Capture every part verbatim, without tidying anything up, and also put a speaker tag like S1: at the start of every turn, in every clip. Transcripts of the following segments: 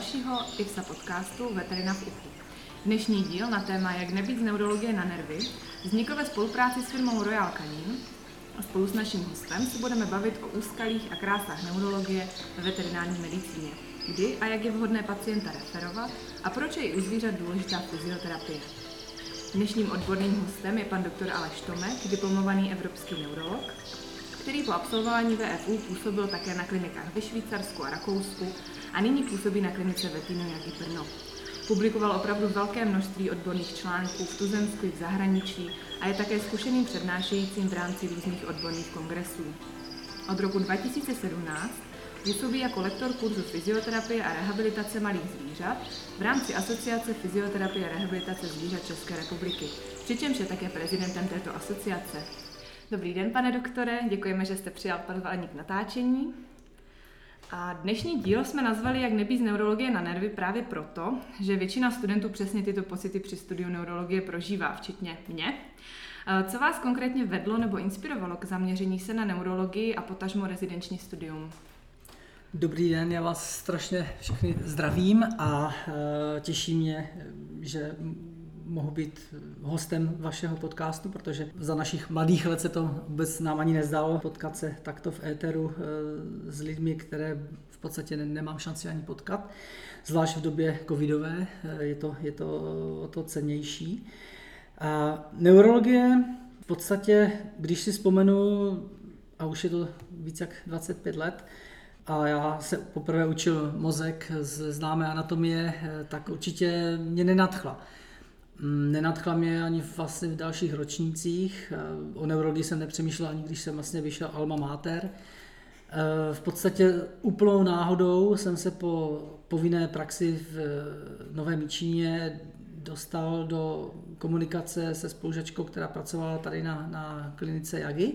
S1: dalšího I F S A podcastu Veterina v uchu. Dnešní díl na téma Jak nebýt z neurologie na nervy vznikl ve spolupráci s firmou Royal Canin a spolu s naším hostem se budeme bavit o úskalích a krásách neurologie ve veterinární medicíně. Kdy a jak je vhodné pacienta referovat a proč je i u zvířat důležitá fyzioterapie. Dnešním odborným hostem je pan doktor Aleš Tomek, diplomovaný evropský neurolog, který po absolvování V F U působil také na klinikách ve Švýcarsku a Rakousku a nyní působí na klinice Vetino Jaggi Brno. Publikoval opravdu velké množství odborných článků v tuzemsku i v zahraničí a je také zkušeným přednášejícím v rámci různých odborných kongresů. Od roku dva tisíce sedmnáct působí jako lektor kurzu fyzioterapie a rehabilitace malých zvířat v rámci Asociace fyzioterapie a rehabilitace zvířat České republiky, přičemž je také prezidentem této asociace. Dobrý den, pane doktore, děkujeme, že jste přijal pozvání k natáčení. A dnešní díl jsme nazvali Jak nebýt z neurologie na nervy právě proto, že většina studentů přesně tyto pocity při studiu neurologie prožívá, včetně mě. Co vás konkrétně vedlo nebo inspirovalo k zaměření se na neurologii a potažmo rezidenční studium?
S2: Dobrý den, já vás strašně všechny zdravím a e, těší mě, že mohu být hostem vašeho podcastu, protože za našich mladých let se to vůbec nám ani nezdalo potkat se takto v éteru e, s lidmi, které v podstatě nemám šanci ani potkat. Zvlášť v době covidové e, je to, je to o to cennější. A neurologie v podstatě, když si vzpomenu, a už je to víc jak dvacet pět let, a já se poprvé učil mozek z známé anatomie, tak určitě mě nenadchla. Nenadchla mě ani vlastně v dalších ročnících. O neurologii jsem nepřemýšlel ani když jsem vlastně vyšel alma mater. V podstatě úplnou náhodou jsem se po povinné praxi v Novém Jičíně dostal do komunikace se spolužačkou, která pracovala tady na, na klinice Jaggi.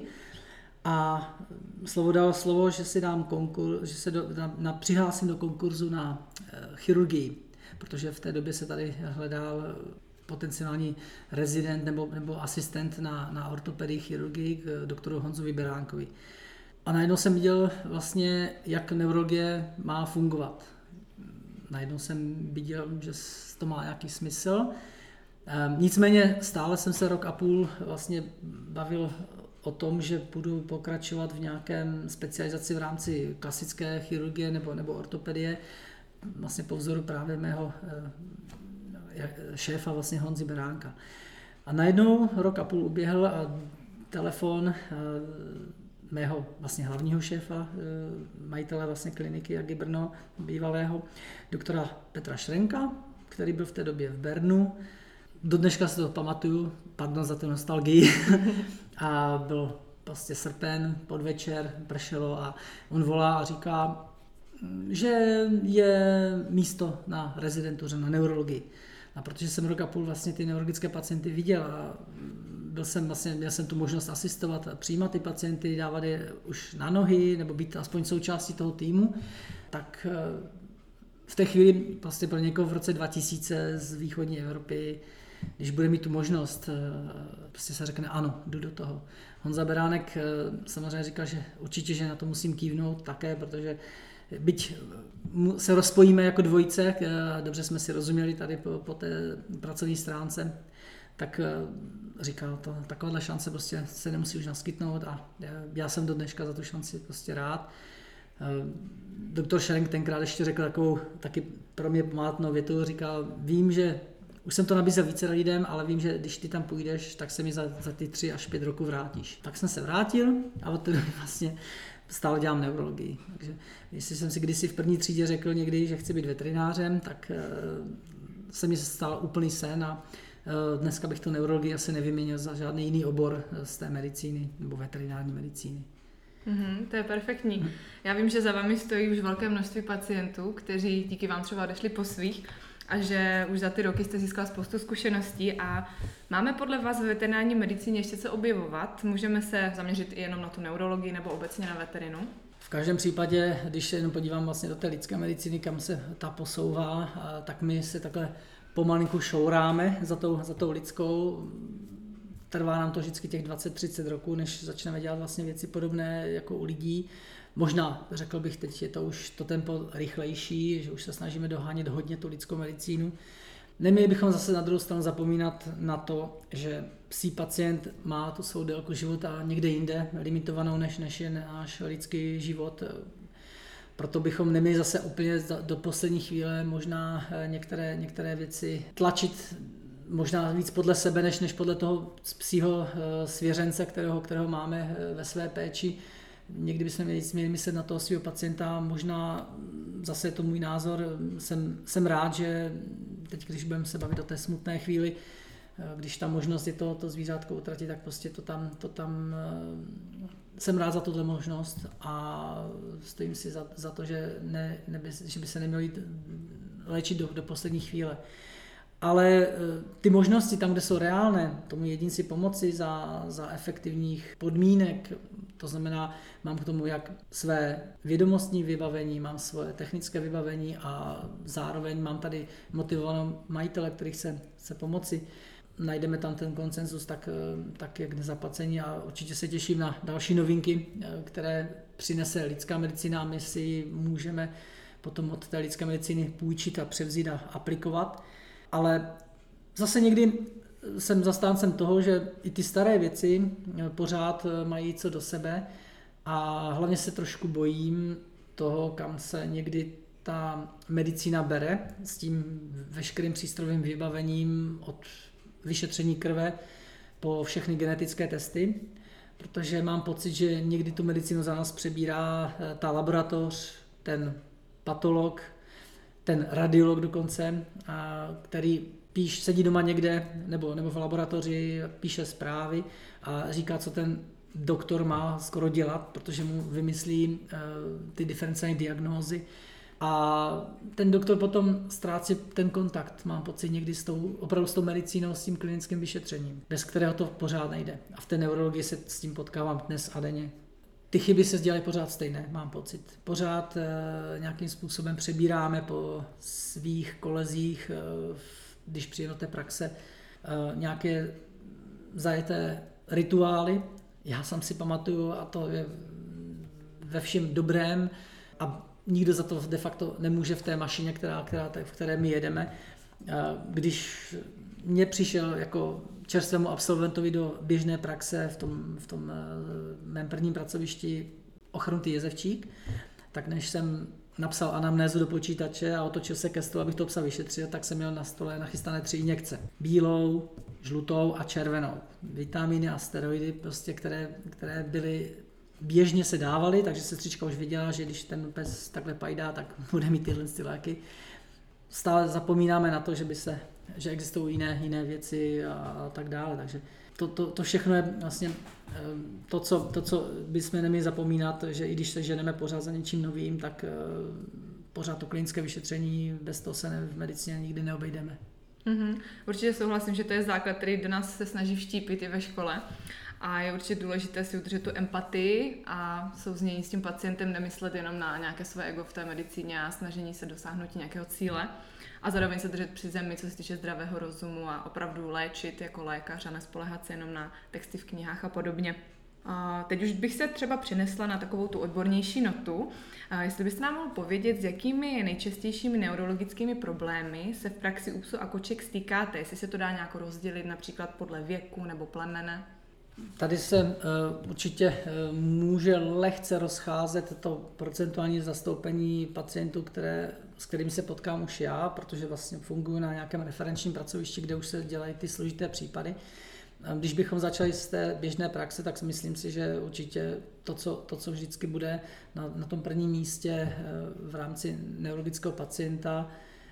S2: A slovo dalo slovo, že si dám konkur, že se do, na, na, přihlásím do konkurzu na e, chirurgii, protože v té době se tady hledal potenciální rezident nebo, nebo asistent na, na ortopedii chirurgii k doktoru Honzovi Beránkovi. A najednou jsem viděl vlastně, jak neurologie má fungovat. Najednou jsem viděl, že to má nějaký smysl. E, nicméně stále jsem se rok a půl vlastně bavil o tom, že budu pokračovat v nějakém specializaci v rámci klasické chirurgie nebo, nebo ortopedie, vlastně po vzoru právě mého eh, šéfa vlastně Honzy Beránka. A najednou rok a půl uběhl a telefon eh, mého vlastně hlavního šéfa, eh, majitele vlastně kliniky Jaggi Brno, bývalého doktora Petra Šrenka, který byl v té době v Bernu. Do dneška si to pamatuju, pardon za tu nostalgii. A byl prostě srpen, podvečer, pršelo a on volá a říká, že je místo na rezidentuře, na neurologii. A protože jsem rok a půl vlastně ty neurologické pacienty viděl a byl jsem vlastně, měl jsem tu možnost asistovat a přijímat ty pacienty, dávat je už na nohy nebo být aspoň součástí toho týmu, tak v té chvíli vlastně pro někoho v roce dva tisíce z východní Evropy, když bude mít tu možnost, prostě se řekne ano, jdu do toho. Honza Beránek samozřejmě říkal, že určitě, že na to musím kývnout také, protože byť se rozpojíme jako dvojice, dobře jsme si rozuměli tady po, po té pracovní stránce, tak říkal, to, takováhle šance prostě se nemusí už naskytnout a já jsem do dneška za tu šanci prostě rád. Doktor Šrenk tenkrát ještě řekl takovou taky pro mě památnou větu, říkal, vím, že už jsem to nabízel více lidem, ale vím, že když ty tam půjdeš, tak se mi za, za ty tři až pět roku vrátíš. Tak jsem se vrátil a od té doby vlastně stále dělám neurologii. Takže jestli jsem si kdysi v první třídě řekl někdy, že chci být veterinářem, tak uh, se mi stal úplný sen a uh, dneska bych tu neurologii asi nevyměnil za žádný jiný obor z té medicíny nebo veterinární medicíny.
S1: Mm-hmm, to je perfektní. Já vím, že za vámi stojí už velké množství pacientů, kteří díky vám třeba odešli po svých a že už za ty roky jste získal spoustu zkušeností a máme podle vás ve veterinární medicíně ještě co objevovat? Můžeme se zaměřit i jenom na tu neurologii nebo obecně na veterinu?
S2: V každém případě, když se jenom podívám vlastně do té lidské medicíny, kam se ta posouvá, tak my se takhle pomalinku šouráme za tou, za tou lidskou. Trvá nám to vždycky těch dvacet třicet roků, než začneme dělat vlastně věci podobné jako u lidí. Možná, řekl bych, teď je to už to tempo rychlejší, že už se snažíme dohánět hodně tu lidskou medicínu. Neměli bychom zase na druhou stranu zapomínat na to, že psí pacient má tu svou délku života někde jinde, limitovanou než, než je náš lidský život. Proto bychom neměli zase úplně do poslední chvíle možná některé, některé věci tlačit možná víc podle sebe, než, než podle toho psího svěřence, kterého, kterého máme ve své péči. Někdy bychom měli, měli myslet na toho svého pacienta, možná zase je to můj názor, jsem, jsem rád, že teď, když budeme se bavit o té smutné chvíli, když ta možnost je to, to zvířátko utratit, tak prostě to tam, to tam jsem rád za tuhle možnost a stojím si za, za to, že, ne, neby, že by se nemělo jít léčit do, do poslední chvíle. Ale ty možnosti tam, kde jsou reálné, tomu jedinci pomoci za, za efektivních podmínek, to znamená, mám k tomu jak své vědomostní vybavení, mám svoje technické vybavení a zároveň mám tady motivovanou majitele, který chce, chce pomoci. Najdeme tam ten konsenzus tak, tak jak nezaplacení a určitě se těším na další novinky, které přinese lidská medicína a my si můžeme potom od té lidské medicíny půjčit a převzít a aplikovat. Ale zase někdy jsem zastáncem toho, že i ty staré věci pořád mají co do sebe a hlavně se trošku bojím toho, kam se někdy ta medicína bere s tím veškerým přístrojovým vybavením od vyšetření krve po všechny genetické testy, protože mám pocit, že někdy tu medicínu za nás přebírá ta laboratoř, ten patolog, ten radiolog dokonce, který píš, sedí doma někde nebo, nebo v laboratoři, píše zprávy a říká, co ten doktor má skoro dělat, protože mu vymyslí uh, ty diferenciální diagnózy. A ten doktor potom ztrácí ten kontakt, mám pocit někdy s tou, opravdu s tou medicínou, s tím klinickým vyšetřením, bez kterého to pořád nejde. A v té neurologii se s tím potkávám dnes a denně. Ty chyby se dělají pořád stejné, mám pocit. Pořád e, nějakým způsobem přebíráme po svých kolezích, e, když přijde do té praxe, e, nějaké zajeté rituály. Já sám si pamatuju, a to je ve všem dobrém, a nikdo za to de facto nemůže v té mašině, která, která, v které my jedeme. E, když mě přišel jako čerstvému absolventovi do běžné praxe v tom, v tom mém prvním pracovišti ochrnutý jezevčík, tak než jsem napsal anamnézu do počítače a otočil se ke stolu, abych to psa vyšetřil, tak jsem měl na stole nachystané tři injekce. Bílou, žlutou a červenou. Vitamíny a steroidy, prostě, které, které byly běžně se dávaly, takže sestřička už viděla, že když ten pes takhle pajdá, tak bude mít tyhle ty léky. Stále zapomínáme na to, že by se že existují jiné, jiné věci a, a tak dále. Takže to, to, to všechno je vlastně to co, to, co bychom neměli zapomínat, že i když se ženeme pořád za něčím novým, tak pořád to klinické vyšetření, bez toho se ne, v medicíně nikdy neobejdeme.
S1: Mm-hmm. Určitě souhlasím, že to je základ, který do nás se snaží vštípit i ve škole. A je určitě důležité si udržet tu empatii a souznění s tím pacientem, nemyslet jenom na nějaké své ego v té medicíně a snažení se dosáhnout nějakého cíle. A zároveň se držet při zemi, co se týče zdravého rozumu a opravdu léčit jako lékař a nespoléhat se jenom na texty v knihách a podobně. A teď už bych se třeba přinesla na takovou tu odbornější notu. A jestli byste nám mohl povědět, s jakými nejčastějšími neurologickými problémy se v praxi u psů a koček stýkáte, jestli se to dá nějak rozdělit například podle věku nebo plemene?
S2: Tady se uh, určitě uh, může lehce rozcházet to procentuální zastoupení pacientů, které, s kterými se potkám už já, protože vlastně funguji na nějakém referenčním pracovišti, kde už se dělají ty složité případy. Když bychom začali z té běžné praxe, tak si myslím si, že určitě to, co, to, co vždycky bude na, na tom prvním místě uh, v rámci neurologického pacienta,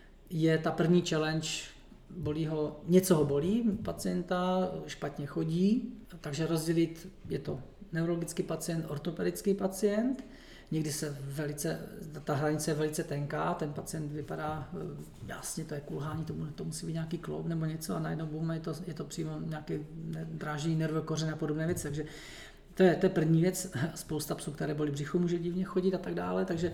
S2: je ta první challenge. Bolí ho, něco ho bolí pacienta, špatně chodí, takže rozdělit, je to neurologický pacient, ortopedický pacient. Někdy se velice, ta hranice je velice tenká, ten pacient vypadá, jasně, to je kulhání, to, to musí být nějaký kloub nebo něco a najednou boom, je to, je to přímo nějaký dráždění nervové kořeny a podobné věci, takže to je, to je první věc. Spousta psů, které bolí břicho, může divně chodit a tak dále, takže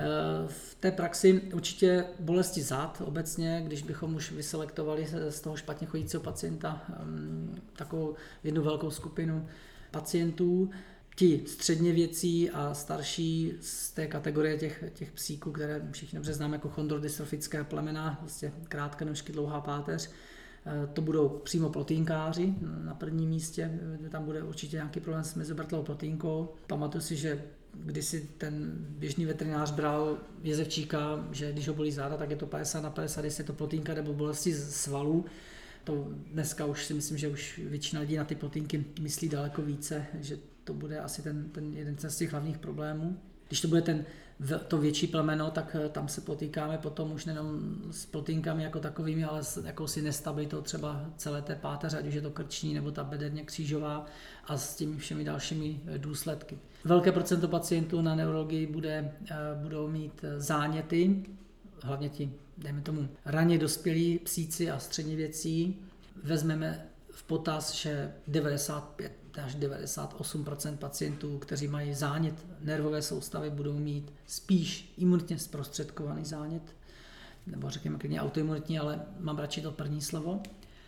S2: v té praxi určitě bolesti zad obecně, když bychom už vyselektovali z toho špatně chodícího pacienta takovou jednu velkou skupinu pacientů. Ti středněvěcí a starší z té kategorie těch, těch psíků, které všichni dobře známe jako chondrodystrofické plemena, vlastně krátké nožky, dlouhá páteř, to budou přímo plotýnkáři na prvním místě, tam bude určitě nějaký problém s mezobrtlovou plotýnkou. Pamatuju si, že když si ten běžný veterinář bral jezevčíka, že když ho bolí záda, tak je to padesát na padesát, jestli je to plotýnka nebo bolesti svalů. To dneska už si myslím, že už většina lidí na ty plotýnky myslí daleko více, že to bude asi ten, ten jeden z těch hlavních problémů. Když to bude ten, to větší plemeno, tak tam se potýkáme potom už nejenom s plotýnkami jako takovými, ale s jakousi nestabilitou třeba celé té páteře, ať už je to krční nebo ta bederně křížová a s těmi všemi dalšími důsledky. Velké procento pacientů na neurologii bude, budou mít záněty, hlavně ti, dejme tomu, raně dospělí psíci a středněvěcí. Vezmeme v potaz, že devadesát pět až devadesát osm procent pacientů, kteří mají zánět nervové soustavy, budou mít spíš imunitně zprostředkovaný zánět, nebo řekněme klidně autoimunitní, ale mám radši to první slovo.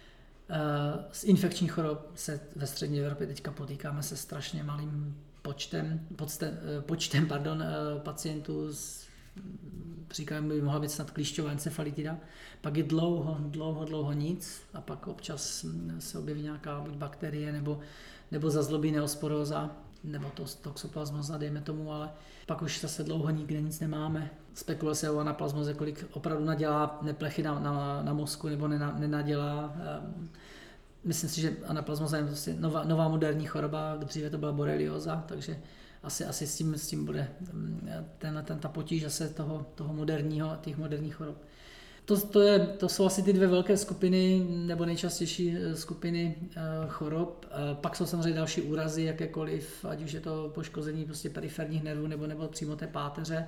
S2: Z infekčních chorob se ve střední Evropě teďka potýkáme se strašně malým počtem, počtem, počtem pardon, pacientů s příkladem by mohla být snad klíšťová encefalitida, pak je dlouho, dlouho, dlouho nic a pak občas se objeví nějaká buď bakterie nebo, nebo zazlobí neosporóza nebo to toxoplasmoza, dejme tomu, ale pak už zase dlouho nikde nic nemáme. Spekuluje se o anaplazmoze, kolik opravdu nadělá neplechy na, na, na mozku nebo nena, nenadělá. Myslím si, že anaplazmoza je prostě nová, nová moderní choroba, dříve to byla borelioza, takže asi, asi s, tím, s tím bude ten, ten, ta potíž zase toho, toho moderního, těch moderních chorob. To, to, je, to jsou asi ty dvě velké skupiny, nebo nejčastější skupiny chorob. Pak jsou samozřejmě další úrazy, jakékoliv, ať už je to poškození prostě periferních nervů, nebo, nebo přímo té páteře.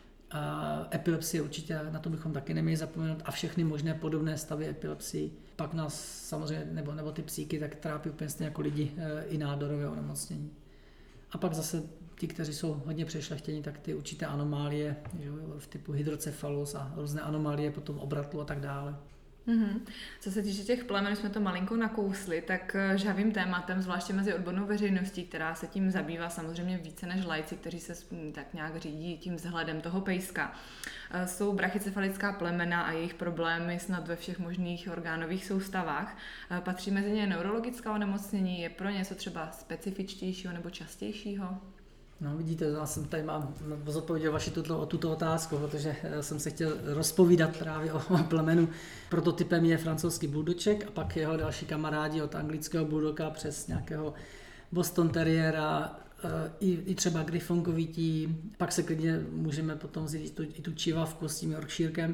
S2: A epilepsie určitě, na to bychom taky neměli zapomenout, a všechny možné podobné stavy epilepsii. Pak nás samozřejmě, nebo, nebo ty psíky, tak trápí úplně stejně jako lidi i nádorové onemocnění. A pak zase ti, kteří jsou hodně přešlechtění, tak ty určité anomálie, že, v typu hydrocefalus a různé anomálie potom obratlu a tak dále.
S1: Mm-hmm. Co se týče těch plemen, jsme to malinko nakousli, tak žhavým tématem, zvláště mezi odbornou veřejností, která se tím zabývá samozřejmě více než laici, kteří se tak nějak řídí tím vzhledem toho pejska, jsou brachycefalická plemena a jejich problémy snad ve všech možných orgánových soustavách. Patří mezi ně neurologická onemocnění, je pro něco třeba specifičtějšího nebo častějšího?
S2: No vidíte, já jsem tady mám zodpověděl vaši tuto, tuto otázku, protože jsem se chtěl rozpovídat právě o, o plemenu. Prototypem je francouzský buldoček a pak jeho další kamarádi od anglického buldoka přes nějakého Boston Terriera, i, i třeba Griffonkovití. Pak se klidně můžeme potom vzít tu, i tu čivavku s tím Yorkshirem.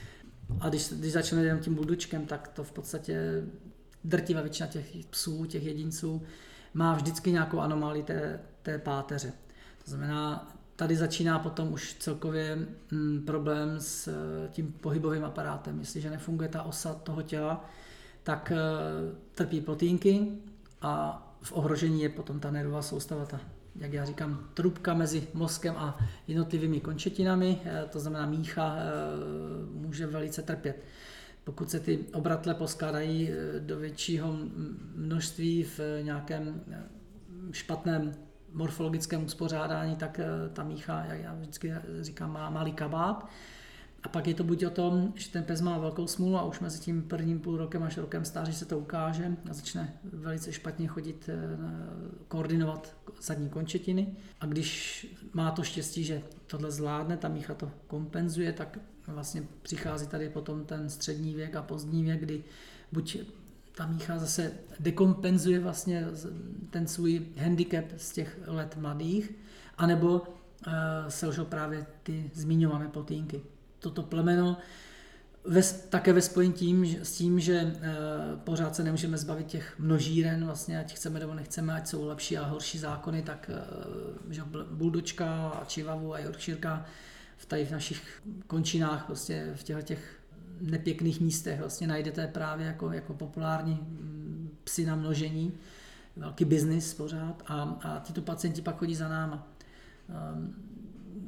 S2: A když, když začneme jenom tím buldočkem, tak to v podstatě drtivá většina těch psů, těch jedinců, má vždycky nějakou anomálii té, té páteře. To znamená, tady začíná potom už celkově mm, problém s tím pohybovým aparátem. Jestliže nefunguje ta osa toho těla, tak e, trpí plotýnky a v ohrožení je potom ta nervová soustava, ta, jak já říkám, trubka mezi mozkem a jednotlivými končetinami, e, to znamená mícha, e, může velice trpět. Pokud se ty obratle poskládají do většího množství v nějakém špatném morfologickém uspořádání, tak ta mícha, jak já vždycky říkám, má malý kabát. A pak je to buď o tom, že ten pes má velkou smůlu a už mezi tím prvním půl rokem až rokem stáří se to ukáže a začne velice špatně chodit, koordinovat zadní končetiny. A když má to štěstí, že tohle zvládne, ta mícha to kompenzuje, tak vlastně přichází tady potom ten střední věk a pozdní věk, kdy buď ta mícha zase dekompenzuje vlastně ten svůj handicap z těch let mladých, anebo uh, selžou právě ty zmiňované plotýnky. Toto plemeno ve, také ve spojení tím, s tím, že uh, pořád se nemůžeme zbavit těch množíren, vlastně, ať chceme nebo nechceme, ať jsou lepší a horší zákony, tak uh, že buldočka a čivavu a yorkshirka v tady v našich končinách, prostě v těchto těch nepěkných místech vlastně najdete právě jako, jako populární psy na množení, velký biznis pořád a, a tyto pacienti pak chodí za náma.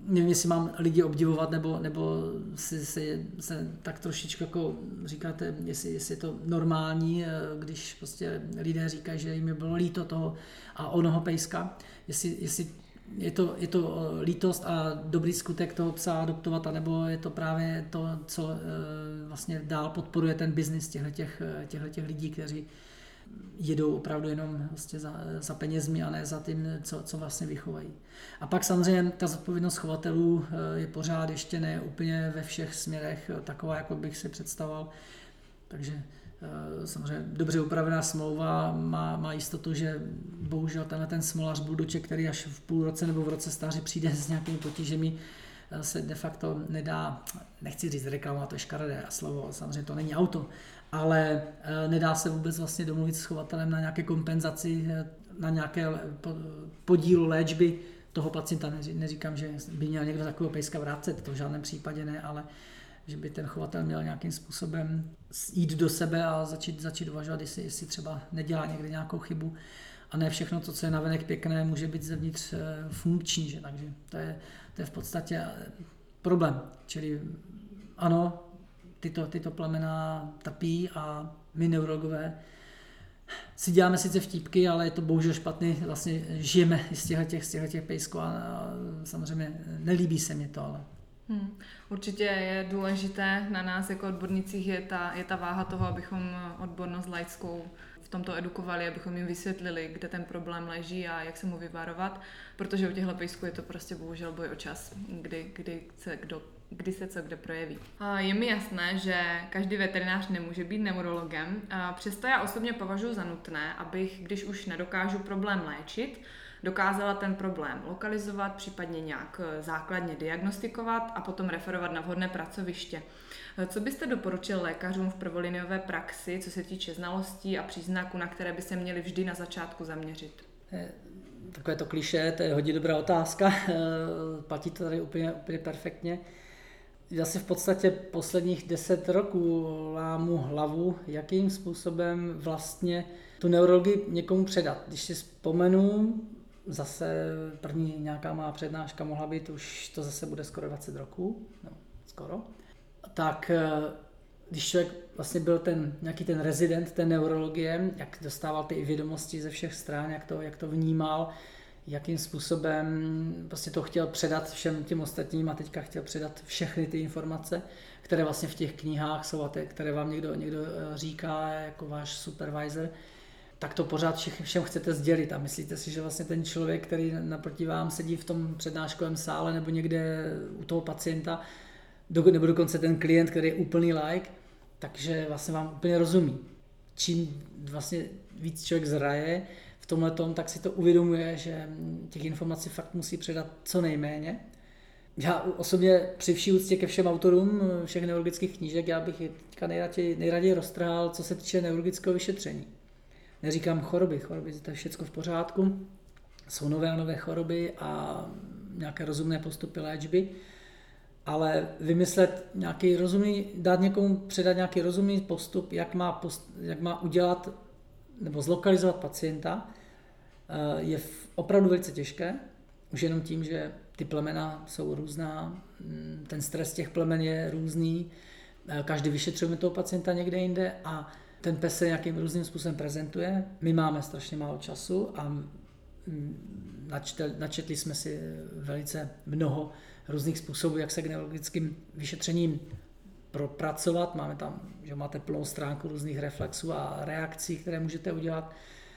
S2: nevím, jestli mám lidi obdivovat, nebo, nebo si se, se tak trošičku jako říkáte, jestli, jestli je to normální, když prostě lidé říkají, že jim bylo líto toho a onoho pejska, jestli, jestli je to, je to lítost a dobrý skutek toho psa adoptovat, anebo je to právě to, co vlastně dál podporuje ten biznis těchto lidí, kteří jedou opravdu jenom vlastně za, za penězmi a ne za tím, co, co vlastně vychovají. A pak samozřejmě ta zodpovědnost chovatelů je pořád ještě ne úplně ve všech směrech taková, jako bych si představoval. Takže samozřejmě dobře upravená smlouva má, má jistotu, že bohužel tenhle ten smolař buldoček, který až v půl roce nebo v roce stáří přijde s nějakými potížemi, se de facto nedá, nechci říct reklama, to je škaredé slovo, samozřejmě to není auto, ale nedá se vůbec vlastně domluvit s chovatelem na nějaké kompenzaci, na nějaké podílu léčby toho pacienta. Neříkám, že by měl někdo takového pejska vrátit, to v žádném případě ne, ale že by ten chovatel měl nějakým způsobem jít do sebe a začít, začít uvažovat, jestli, jestli třeba nedělá někde nějakou chybu a ne všechno to, co je navenek pěkné, může být zevnitř funkční. Že? Takže to je, to je v podstatě problém. Čili ano, tyto, tyto plemena trpí a my neurologové si děláme sice vtípky, ale je to bohužel špatný, vlastně žijeme z těchto z těch pejsků a, a samozřejmě nelíbí se mi to, ale
S1: Hmm. Určitě je důležité na nás jako odbornicích je ta, je ta váha toho, abychom odbornost laickou v tomto edukovali, abychom jim vysvětlili, kde ten problém leží a jak se mu vyvarovat, protože u těchto pejsků je to prostě bohužel boj o čas, kdy, kdy, se, kdo, kdy se co kde projeví. A je mi jasné, že každý veterinář nemůže být neurologem, a přesto já osobně považuji za nutné, abych, když už nedokážu problém léčit, dokázala ten problém lokalizovat, případně nějak základně diagnostikovat a potom referovat na vhodné pracoviště. Co byste doporučil lékařům v prvoliniové praxi, co se týče znalostí a příznaků, na které by se měli vždy na začátku zaměřit?
S2: Takové to klišé, to je hodně dobrá otázka, platí to tady úplně, úplně perfektně. Já si v podstatě posledních deset roků lámu hlavu, jakým způsobem vlastně tu neurologii někomu předat. Když si vzpomenu, zase první nějaká má přednáška mohla být, už to zase bude skoro dvacet roků, no, skoro. Tak když člověk vlastně byl ten nějaký ten rezident té neurologie, jak dostával ty vědomosti ze všech stran, jak to, jak to vnímal, jakým způsobem prostě to chtěl předat všem těm ostatním a teďka chtěl předat všechny ty informace, které vlastně v těch knihách jsou a které vám někdo, někdo říká jako váš supervisor, tak to pořád všem, všem chcete sdělit a myslíte si, že vlastně ten člověk, který naproti vám sedí v tom přednáškovém sále nebo někde u toho pacienta, nebo dokonce ten klient, který je úplný like, takže vlastně vám úplně rozumí. Čím vlastně víc člověk zraje v tomhletom, tak si to uvědomuje, že těch informací fakt musí předat co nejméně. Já osobně při vší úctě ke všem autorům všech neurologických knížek, já bych teďka nejraději, nejraději roztrhal, co se týče neurologického vyšetření. Neříkám choroby, choroby to je všechno v pořádku, jsou nové a nové choroby a nějaké rozumné postupy léčby, ale vymyslet nějaký rozumný, dát někomu předat nějaký rozumný postup, jak má, post, jak má udělat nebo zlokalizovat pacienta, je opravdu velice těžké, už jenom tím, že ty plemena jsou různá, ten stres těch plemen je různý, každý vyšetřujeme toho pacienta někde jinde a ten pes se nějakým různým způsobem prezentuje. My máme strašně málo času a načetli, načetli jsme si velice mnoho různých způsobů, jak se k neurologickým vyšetřením propracovat. Máme tam, že máte plnou stránku různých reflexů a reakcí, které můžete udělat.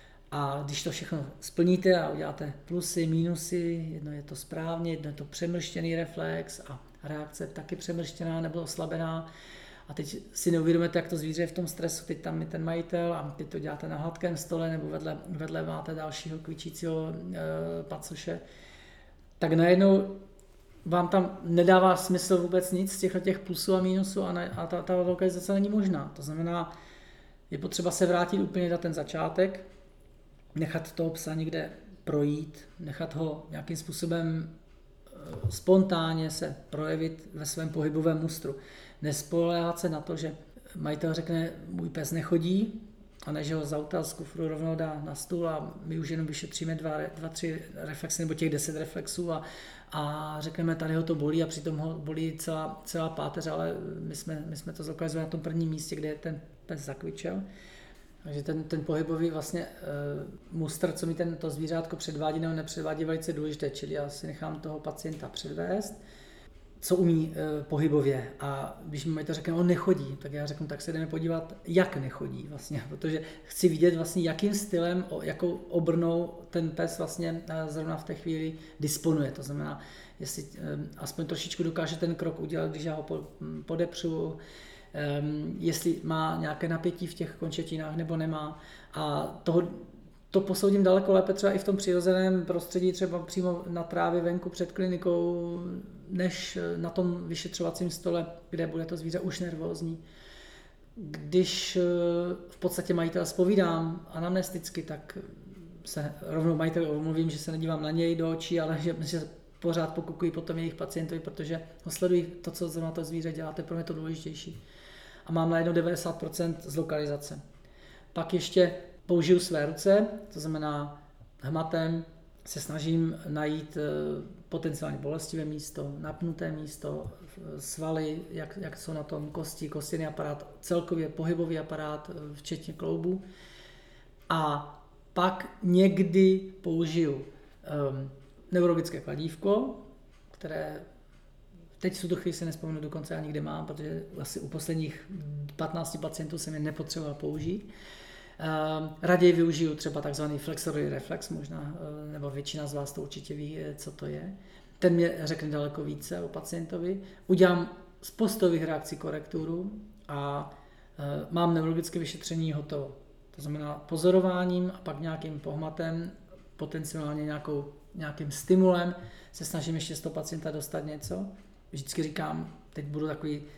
S2: A když to všechno splníte a uděláte plusy, mínusy, jedno je to správně, jedno je to přemrštěný reflex a reakce taky přemrštěná nebo oslabená. A teď si neuvědomíte, jak to zvíře je v tom stresu, teď tam je ten majitel a teď to děláte na hladkém stole nebo vedle, vedle máte dalšího kvičícího e, pacoše, tak najednou vám tam nedává smysl vůbec nic z těchto těch plusů a mínusů a, ne, a ta, ta lokalizace není možná. To znamená, je potřeba se vrátit úplně na ten začátek, nechat toho psa někde projít, nechat ho nějakým způsobem e, spontánně se projevit ve svém pohybovém mustru. Nespoléhat se na to, že majitel řekne, můj pes nechodí a ne, že ho z auta z kufru rovnou dá na stůl a my už jenom vyšetříme dva, dva tři reflexy nebo těch deset reflexů a, a řekneme, tady ho to bolí a přitom ho bolí celá, celá páteř, ale my jsme, my jsme to zlokalizovali na tom prvním místě, kde ten pes zakvičel. Takže ten, ten pohybový vlastně e, mustr, co mi ten, to zvířátko předvádí nebo nepředvádí, je velice důležité, čili já si nechám toho pacienta předvést, co umí e, pohybově, a když mi to řekne, on nechodí, tak já řeknu, tak se jdeme podívat, jak nechodí vlastně, protože chci vidět vlastně, jakým stylem, o, jakou obrnou ten pes vlastně e, zrovna v té chvíli disponuje, to znamená, jestli e, aspoň trošičku dokáže ten krok udělat, když já ho po, podepřu, Um, jestli má nějaké napětí v těch končetinách nebo nemá. A toho, to posoudím daleko lépe třeba i v tom přirozeném prostředí, třeba přímo na trávě venku před klinikou, než na tom vyšetřovacím stole, kde bude to zvíře už nervózní. Když v podstatě majitel zpovídám anamnesticky, tak se rovnou majitel omluvím, že se nedívám na něj do očí, ale že, že pořád pokukují potom jejich pacientovi, protože ho sledují to, co zrovna to zvíře dělá, to je pro mě to důležitější. A mám najednou devadesát procent z lokalizace. Pak ještě použiju své ruce, to znamená hmatem se snažím najít potenciálně bolestivé místo, napnuté místo, svaly, jak, jak jsou na tom kosti, kostěný aparát, celkově pohybový aparát, včetně kloubu. A pak někdy použiju um, neurologické kladívko, které teď v tuto chvíli se nespomenu dokonce ani kde mám, protože asi u posledních patnácti pacientů jsem je nepotřeboval použít. Raději využiju třeba takzvaný flexorový reflex, možná, nebo většina z vás to určitě ví, co to je. Ten mě řekne daleko více o pacientovi. Udělám z postových reakcí korekturu a mám neurologické vyšetření hotovo. To znamená pozorováním a pak nějakým pohmatem, potenciálně nějakou, nějakým stimulem se snažím ještě z toho pacienta dostat něco. Vždycky říkám, teď budu takový uh,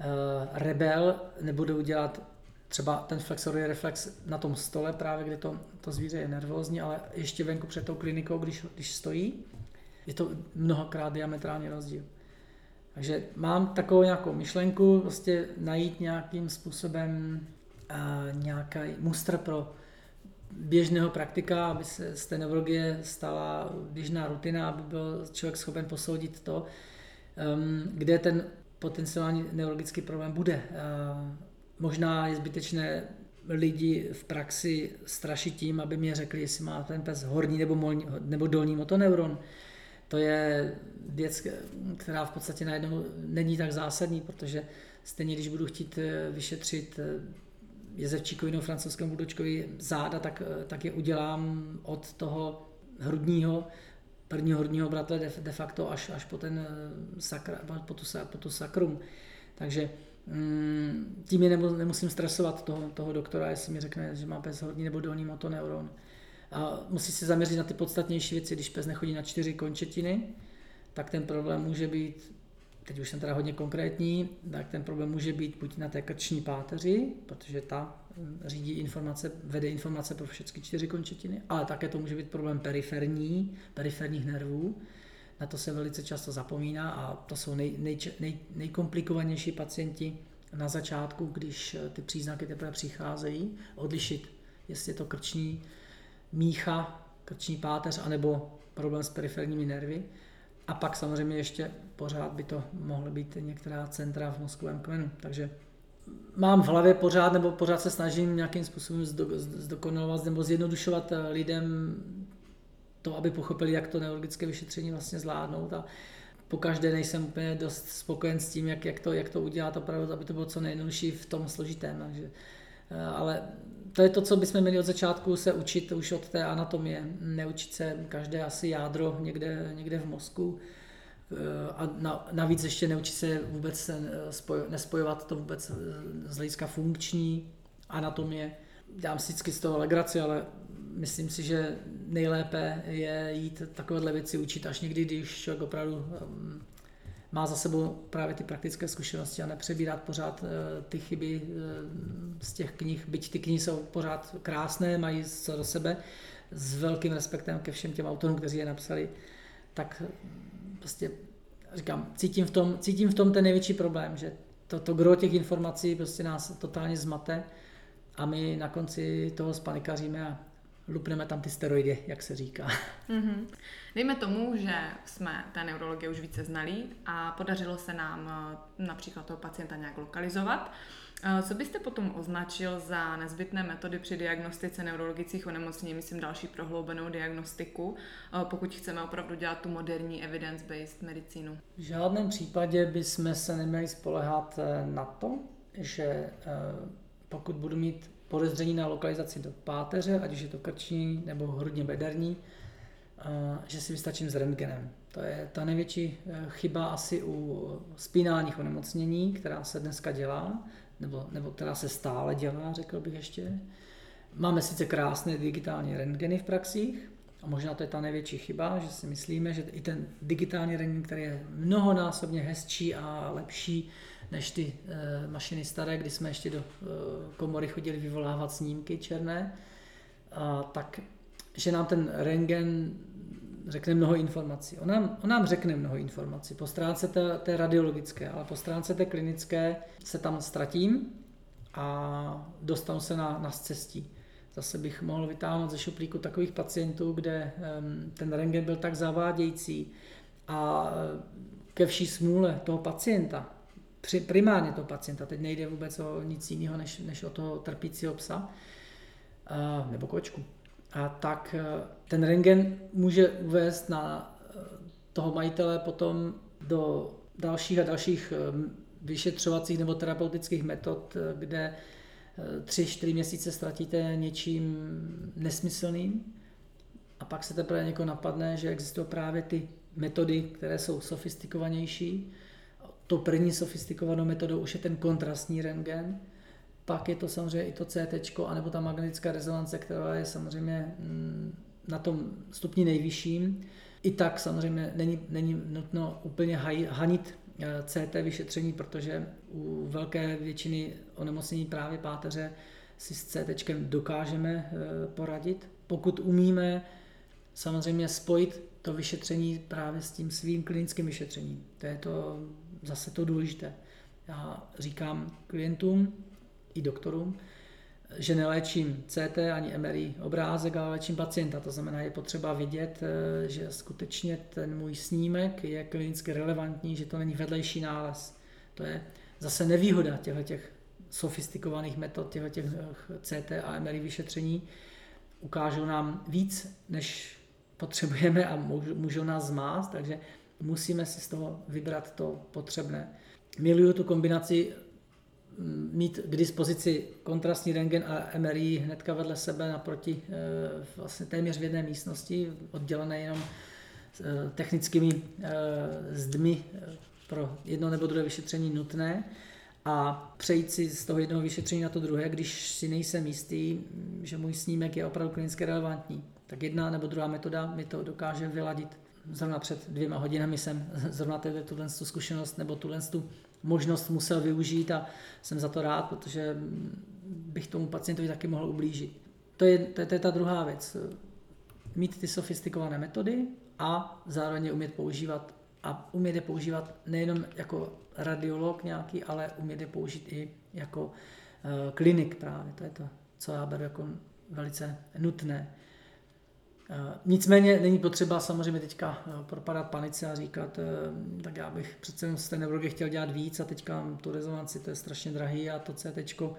S2: rebel, nebudu dělat třeba ten flexorový reflex na tom stole, právě kde to, to zvíře je nervózní, ale ještě venku před tou klinikou, když, když stojí, je to mnohokrát diametrální rozdíl. Takže mám takovou nějakou myšlenku, prostě najít nějakým způsobem uh, nějaký mustr pro běžného praktika, aby se z té neurologie stala běžná rutina, aby byl člověk schopen posoudit to, um, kde ten potenciální neurologický problém bude. Uh, možná je zbytečné lidi v praxi strašit tím, aby mě řekli, jestli má ten pes horní nebo, molní, nebo dolní motoneuron. To je věc, která v podstatě najednou není tak zásadní, protože stejně, když budu chtít vyšetřit jezevčíkovi nebo francouzskému budočkovi záda, tak, tak je udělám od toho hrudního, prvního hrudního bratle de, de facto až, až po, ten sakra, po, tu, po tu sakrum. Takže mm, tím je nemusím stresovat toho, toho doktora, jestli mi řekne, že má pes horní nebo dolní motoneuron. A musí se zaměřit na ty podstatnější věci. Když pes nechodí na čtyři končetiny, tak ten problém může být, teď už jsem teda hodně konkrétní, tak ten problém může být buď na té krční páteři, protože ta řídí informace, vede informace pro všechny čtyři končetiny, ale také to může být problém periferní, periferních nervů. Na to se velice často zapomíná a to jsou nej, nej, nej, nejkomplikovanější pacienti na začátku, když ty příznaky teprve přicházejí, odlišit, jestli je to krční mícha, krční páteř, anebo problém s periferními nervy. A pak samozřejmě ještě pořád by to mohly být některá centra v mozkovém kmenu. Takže mám v hlavě pořád, nebo pořád se snažím nějakým způsobem zdokonalovat nebo zjednodušovat lidem to, aby pochopili, jak to neurologické vyšetření vlastně zvládnout. A pokaždé nejsem úplně dost spokojen s tím, jak, jak, to, jak to udělat opravdu, aby to bylo co nejjednodušší v tom složitém. Takže, ale to je to, co bychom měli od začátku se učit už od té anatomie. Neučit se každé asi jádro někde, někde v mozku a navíc ještě neučit se vůbec spoj, nespojovat to vůbec z hlediska funkční anatomie. Dělám si vždycky z toho legraci, ale myslím si, že nejlépe je jít takovéhle věci učit až někdy, když člověk opravdu má za sebou právě ty praktické zkušenosti a nepřebírat pořád ty chyby z těch knih, byť ty knihy jsou pořád krásné, mají co do sebe, s velkým respektem ke všem těm autorům, kteří je napsali, tak prostě říkám, cítím v tom, cítím v tom ten největší problém, že to, to gro těch informací prostě nás totálně zmate a my na konci toho spanikaříme a lupneme tam ty steroidy, jak se říká.
S1: Mm-hmm. Dejme tomu, že jsme té neurologie už více znali a podařilo se nám například toho pacienta nějak lokalizovat. Co byste potom označil za nezbytné metody při diagnostice neurologických onemocnění, myslím další prohloubenou diagnostiku, pokud chceme opravdu dělat tu moderní evidence-based medicínu?
S2: V žádném případě bychom se neměli spoléhat na to, že pokud budu mít podezření na lokalizaci do páteře, ať už je to krční nebo hrudně bederní, že si vystačím s rentgenem. To je ta největší chyba asi u spinálních onemocnění, která se dneska dělá, nebo, nebo která se stále dělá, řekl bych ještě. Máme sice krásné digitální rentgeny v praxích, a možná to je ta největší chyba, že si myslíme, že i ten digitální rentgen, který je mnohonásobně hezčí a lepší než ty e, mašiny staré, kdy jsme ještě do e, komory chodili vyvolávat snímky černé, a tak, že nám ten rentgen řekne mnoho informací. On nám, on nám řekne mnoho informací. Po stránce té, té radiologické, ale po stránce té klinické se tam ztratím a dostanu se na, na scestí. Zase bych mohl vytáhnout ze šuplíku takových pacientů, kde um, ten rentgen byl tak zavádějící a ke vší smůle toho pacienta, při, primárně toho pacienta, teď nejde vůbec o nic jiného, než, než o toho trpícího psa uh, nebo kočku. A tak ten rentgen může uvést na toho majitele potom do dalších a dalších vyšetřovacích nebo terapeutických metod, kde tři, čtyři měsíce ztratíte něčím nesmyslným a pak se teprve někoho napadne, že existují právě ty metody, které jsou sofistikovanější. To první sofistikovanou metodou už je ten kontrastní rentgen. Pak je to samozřejmě i to C T, anebo ta magnetická rezonance, která je samozřejmě na tom stupni nejvyšším. I tak samozřejmě není, není nutno úplně hanit C T vyšetření, protože u velké většiny onemocnění právě páteře si s C T dokážeme poradit. Pokud umíme samozřejmě spojit to vyšetření právě s tím svým klinickým vyšetřením. To je to zase to důležité. Já říkám klientům i doktorům, že neléčím C T ani M R I obrázek, ale léčím pacienta. To znamená, je potřeba vidět, že skutečně ten můj snímek je klinicky relevantní, že to není vedlejší nález. To je zase nevýhoda těchto sofistikovaných metod, těchto C T a M R I vyšetření. Ukážou nám víc, než potřebujeme a můžou nás zmást, takže musíme si z toho vybrat to potřebné. Miluju tu kombinaci mít k dispozici kontrastní rentgen a M R I hnedka vedle sebe naproti vlastně téměř v jedné místnosti, oddělené jenom technickými zdmi pro jedno nebo druhé vyšetření nutné a přejít si z toho jednoho vyšetření na to druhé, když si nejsem jistý, že můj snímek je opravdu klinicky relevantní. Tak jedna nebo druhá metoda mi to dokáže vyladit. Zrovna před dvěma hodinami jsem zrovna tuhle zkušenost nebo tuhle možnost musel využít a jsem za to rád, protože bych tomu pacientovi taky mohl ublížit. To je, to je, to je ta druhá věc. Mít ty sofistikované metody a zároveň je umět používat. A umět je používat nejenom jako radiolog nějaký, ale umět je použít i jako uh, klinik právě. To je to, co já beru jako velice nutné. Nicméně není potřeba samozřejmě teďka propadat panice a říkat, tak já bych přece z té neurologie chtěl dělat víc a teďka mám tu rezonanci, to je strašně drahý a to C T um,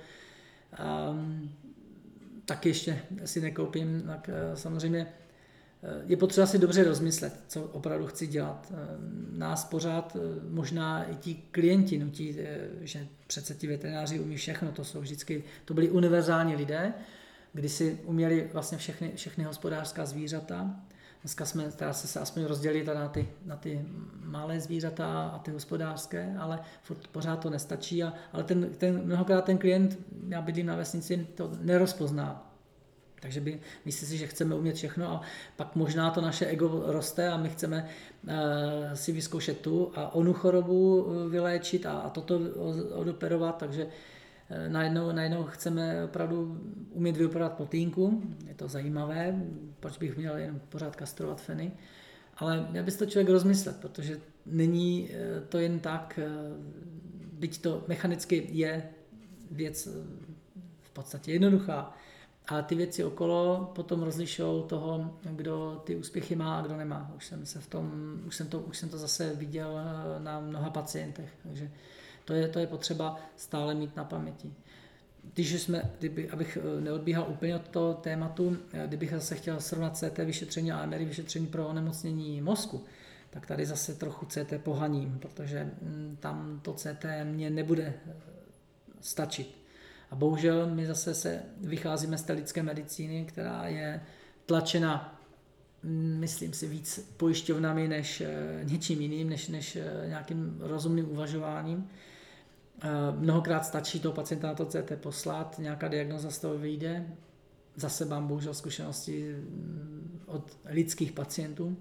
S2: taky ještě si nekoupím. Tak samozřejmě je potřeba si dobře rozmyslet, co opravdu chci dělat. Nás pořád možná i ti klienti nutí, že přece ti veterináři umí všechno, to jsou vždycky, to byli univerzální lidé, kdy si uměli vlastně všechny, všechny hospodářská zvířata. Dneska jsme teda se aspoň rozdělili na ty, na ty malé zvířata a ty hospodářské, ale furt pořád to nestačí. A, ale ten, ten, mnohokrát ten klient, já bydlím na vesnici, to nerozpozná. Takže by, myslí si, že chceme umět všechno a pak možná to naše ego roste a my chceme uh, si vyzkoušet tu a onu chorobu vyléčit a, a toto odoperovat, takže Najednou, najednou chceme opravdu umět vyoperovat plotínku, je to zajímavé, proč bych měl jen pořád kastrovat feny, ale měl by to člověk rozmyslet, protože není to jen tak, byť to mechanicky je věc v podstatě jednoduchá. A ty věci okolo potom rozlišou toho, kdo ty úspěchy má a kdo nemá. Už jsem, se v tom, už jsem, to, už jsem to zase viděl na mnoha pacientech. Takže to je, to je potřeba stále mít na paměti. Když jsme, kdyby, abych neodbíhal úplně od toho tématu, kdybych zase chtěl srovnat C T vyšetření a M R I vyšetření pro onemocnění mozku, tak tady zase trochu C T pohaním, protože tam to C T mě nebude stačit. A bohužel my zase se vycházíme z té lidské medicíny, která je tlačena, myslím si, víc pojišťovnami než něčím jiným, než, než nějakým rozumným uvažováním. Mnohokrát stačí toho pacienta na to C T poslat, nějaká diagnoza z toho vyjde. Zase mám bohužel zkušenosti od lidských pacientů.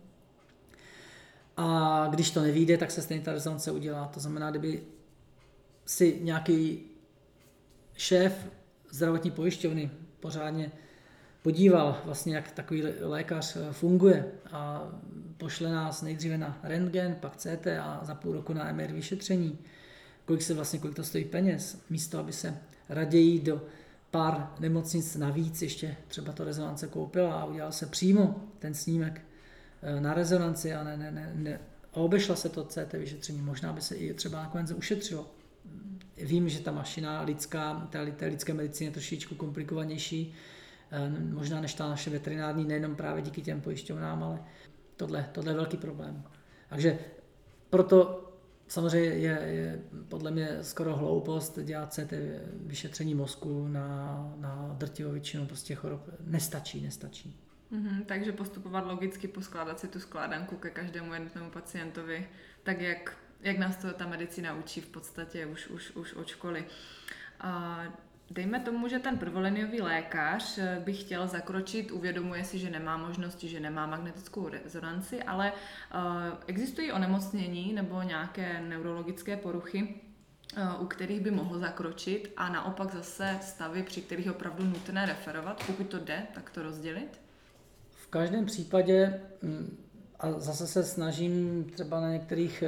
S2: A když to nevyjde, tak se stejně ta rezonance udělá. To znamená, kdyby si nějaký šéf zdravotní pojišťovny pořádně podíval, vlastně, jak takový lékař funguje a pošle nás nejdříve na rentgen, pak C T a za půl roku na M R I vyšetření, kolik se vlastně, kolik to stojí peněz, místo aby se raději do pár nemocnic navíc ještě třeba to rezonance koupila a udělal se přímo ten snímek na rezonanci a, ne, ne, ne, ne, a obešla se to C T vyšetření. Možná by se i třeba nakonec ušetřilo. Vím, že ta mašina lidská, té lidské medicíny je trošičku komplikovanější, možná než ta naše veterinární, nejenom právě díky těm pojišťovnám, ale tohle, tohle je velký problém. Takže proto samozřejmě je, je podle mě skoro hloupost dělat C T vyšetření mozku na, na drtivou většinu prostě chorob. Nestačí, nestačí.
S1: Mm-hmm, takže postupovat logicky, poskládat si tu skládanku ke každému jednotnému pacientovi, tak jak, jak nás to ta medicína učí v podstatě už, už, už od školy. A dejme tomu, že ten prvoliniový lékař by chtěl zakročit, uvědomuje si, že nemá možnosti, že nemá magnetickou rezonanci, ale uh, existují onemocnění nebo nějaké neurologické poruchy, u kterých by mohl zakročit a naopak zase stavy, při kterých je opravdu nutné referovat, pokud to jde, tak to rozdělit?
S2: V každém případě, a zase se snažím třeba na některých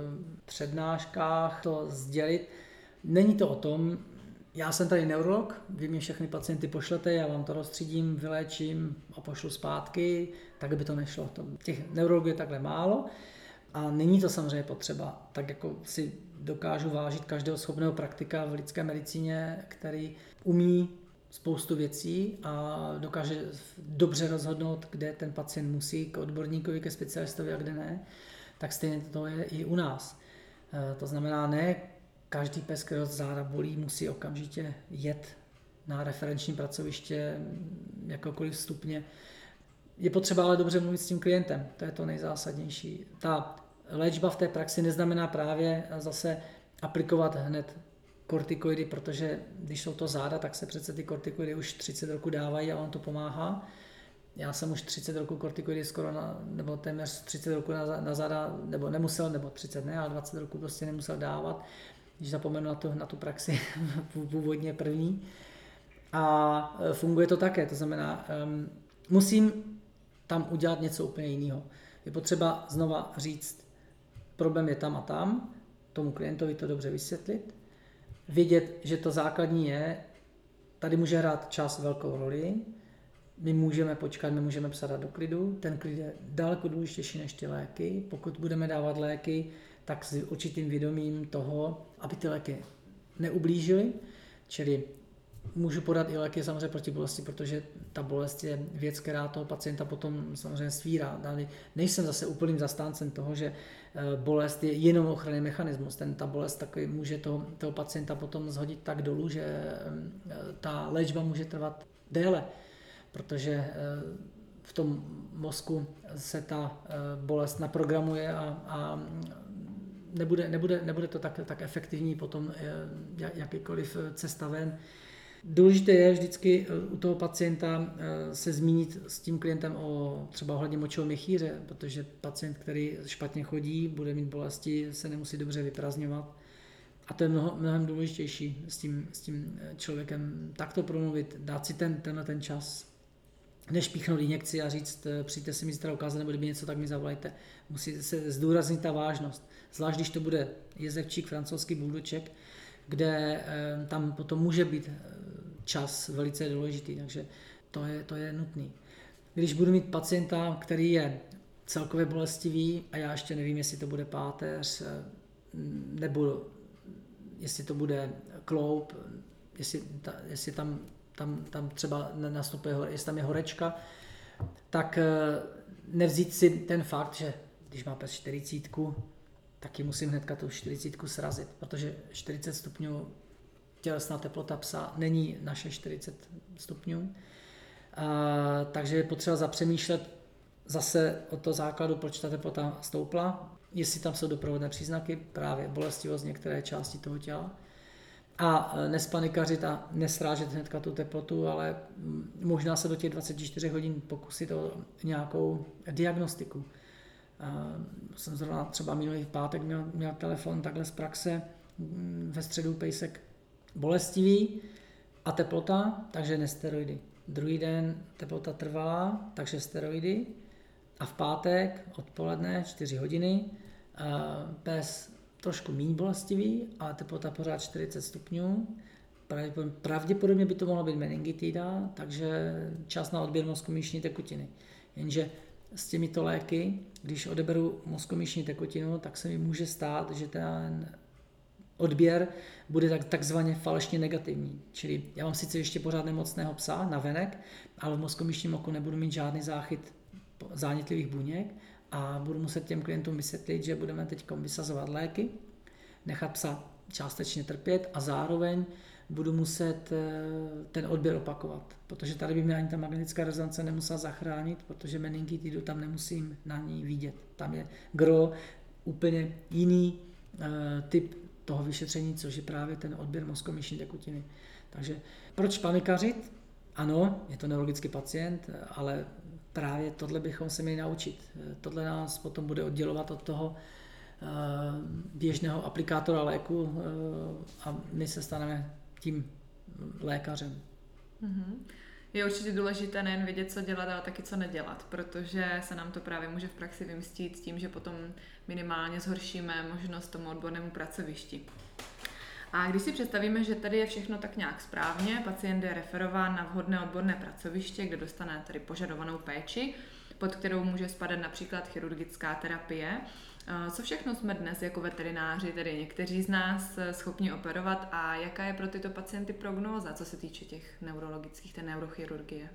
S2: přednáškách to sdělit, není to o tom, já jsem tady neurolog, vy mi všechny pacienty pošlete, já vám to rozstřídím, vyléčím a pošlu zpátky, tak by to nešlo. Těch neurologů je takhle málo a není to samozřejmě potřeba. Tak jako si dokážu vážit každého schopného praktika v lidské medicíně, který umí spoustu věcí a dokáže dobře rozhodnout, kde ten pacient musí k odborníkovi, ke specialistovi a kde ne, tak stejně to je i u nás. To znamená, ne každý pes, který záda bolí, musí okamžitě jet na referenční pracoviště jakkoliv stupně. Je potřeba ale dobře mluvit s tím klientem, to je to nejzásadnější. Ta léčba v té praxi neznamená právě zase aplikovat hned kortikoidy, protože když jsou to záda, tak se přece ty kortikoidy už třicet roku dávají a on to pomáhá. Já jsem už třicet roku kortikoidy skoro, na, nebo téměř třicet roku na, na záda, nebo nemusel, nebo třicet ne, ale dvacet roku prostě nemusel dávat, když zapomenu na tu, na tu praxi původně první. A funguje to také, to znamená, um, musím tam udělat něco úplně jiného. Je potřeba znova říct, problém je tam a tam, tomu klientovi to dobře vysvětlit, vědět, že to základní je, tady může hrát čas velkou roli, my můžeme počkat, my můžeme psat do klidu, ten klid je daleko důležitější než ty léky, pokud budeme dávat léky, tak s určitým vědomím toho, aby ty léky neublížily, čili můžu podat i léky samozřejmě proti bolesti, protože ta bolest je věc, která toho pacienta potom samozřejmě svírá. Nejsem zase úplným zastáncem toho, že bolest je jenom ochranný mechanismus. Ten, ta bolest takový může toho, toho pacienta potom zhodit tak dolů, že ta léčba může trvat déle, protože v tom mozku se ta bolest naprogramuje a, a nebude, nebude, nebude to tak, tak efektivní potom jakýkoliv cesta ven. Důležité je vždycky u toho pacienta se zmínit s tím klientem o třeba ohledně močového měchýře, protože pacient, který špatně chodí, bude mít bolesti, se nemusí dobře vyprazňovat. A to je mnoho, mnohem důležitější s tím, s tím člověkem takto promluvit, dát si ten, tenhle ten čas, než píchnout injekci a říct, přijďte si mi zítra ukázat, nebo kdyby něco, tak mi zavolejte. Musí se zdůraznit ta vážnost. Zvlášť, když to bude jezevčík, francouzský buldoček, kde tam potom může být čas velice důležitý, takže to je, to je nutný. Když budu mít pacienta, který je celkově bolestivý a já ještě nevím, jestli to bude páteř, nebo jestli to bude kloub, jestli, ta, jestli tam, tam, tam třeba nastupuje, jestli tam je horečka, tak nevzít si ten fakt, že když má pes čtyřicítku, tak ji musím hnedka tu čtyřicítku srazit, protože čtyřicet stupňů tělesná teplota psa není naše čtyřicet stupňů. A, takže je potřeba zapřemýšlet zase od toho základu, proč ta teplota stoupla, jestli tam jsou doprovodné příznaky, právě bolestivost některé části toho těla. A nespanikařit a nesrážet hnedka tu teplotu, ale možná se do těch dvacet čtyři hodin pokusit o nějakou diagnostiku. A jsem zrovna třeba minulý pátek měl, měl telefon takhle z praxe, ve středu pejsek bolestivý a teplota, takže nesteroidy. Druhý den teplota trvalá, takže steroidy. A v pátek odpoledne čtyři hodiny pes trošku méně bolestivý, ale teplota pořád čtyřicet stupňů. Pravděpodobně by to mohla být meningitida, takže čas na odběr mozkomíšní tekutiny. Jenže s těmito léky, když odeberu mozkomíšní tekutinu, tak se mi může stát, že ten odběr bude tak, takzvaně falešně negativní. Čili já mám sice ještě pořád nemocného psa navenek, ale v mozkomíšním oku nebudu mít žádný záchyt zánětlivých buněk a budu muset těm klientům vysvětlit, že budeme teď vysazovat léky, nechat psa částečně trpět a zároveň budu muset ten odběr opakovat, protože tady by mě ani ta magnetická rezonance nemusela zachránit, protože meningitidu tam nemusím na ní vidět. Tam je gro úplně jiný uh, typ toho vyšetření, což je právě ten odběr mozkomíšní tekutiny. Takže proč panikařit? Ano, je to neurologický pacient, ale právě tohle bychom se měli naučit. Tohle nás potom bude oddělovat od toho běžného aplikátora léku a my se staneme tím lékařem.
S1: Je určitě důležité nejen vědět, co dělat, ale taky co nedělat, protože se nám to právě může v praxi vymstít tím, že potom minimálně zhoršíme možnost tomu odbornému pracovišti. A když si představíme, že tady je všechno tak nějak správně, pacient je referován na vhodné odborné pracoviště, kde dostane tady požadovanou péči, pod kterou může spadat například chirurgická terapie. Co všechno jsme dnes jako veterináři, tedy někteří z nás, schopni operovat a jaká je pro tyto pacienty prognóza, co se týče těch neurologických, té neurochirurgie?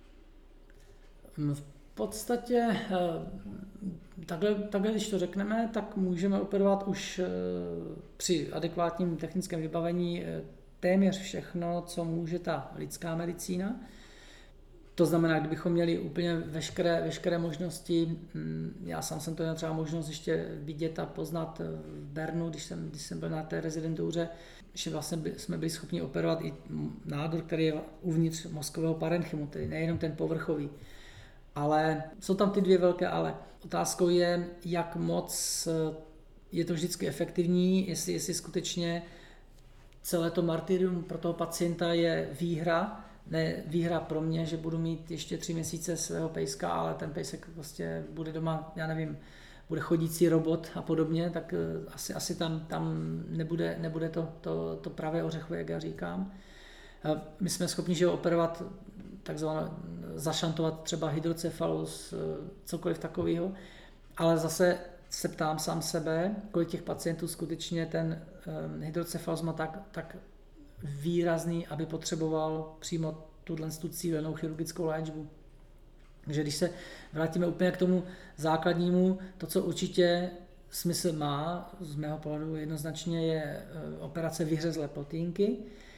S2: V podstatě takhle, takhle, když to řekneme, tak můžeme operovat už při adekvátním technickém vybavení téměř všechno, co může ta lidská medicína. To znamená, kdybychom měli úplně veškeré, veškeré možnosti, já sám jsem to měl třeba možnost ještě vidět a poznat v Bernu, když jsem, když jsem byl na té rezidentuře, že vlastně by, jsme byli schopni operovat i nádor, který je uvnitř mozkového parenchymu, tedy nejenom ten povrchový. Ale jsou tam ty dvě velké ale. Otázkou je, jak moc je to vždycky efektivní, jestli, jestli skutečně celé to martyrium pro toho pacienta je výhra, ne výhra pro mě, že budu mít ještě tři měsíce svého pejska, ale ten pejsek prostě bude doma, já nevím, bude chodící robot a podobně, tak asi, asi tam, tam nebude, nebude to, to, to pravé ořechové, jak já říkám. My jsme schopni že ho operovat, takzvané zašantovat třeba hydrocefalus, cokoliv takového, ale zase se ptám sám sebe, kolik těch pacientů skutečně ten hydrocefalus má tak, tak výrazný, aby potřeboval přímo tuhle cílenou chirurgickou léčbu. Takže když se vrátíme úplně k tomu základnímu, to, co určitě smysl má, z mého pohledu jednoznačně je operace vyhřezlé plotínky.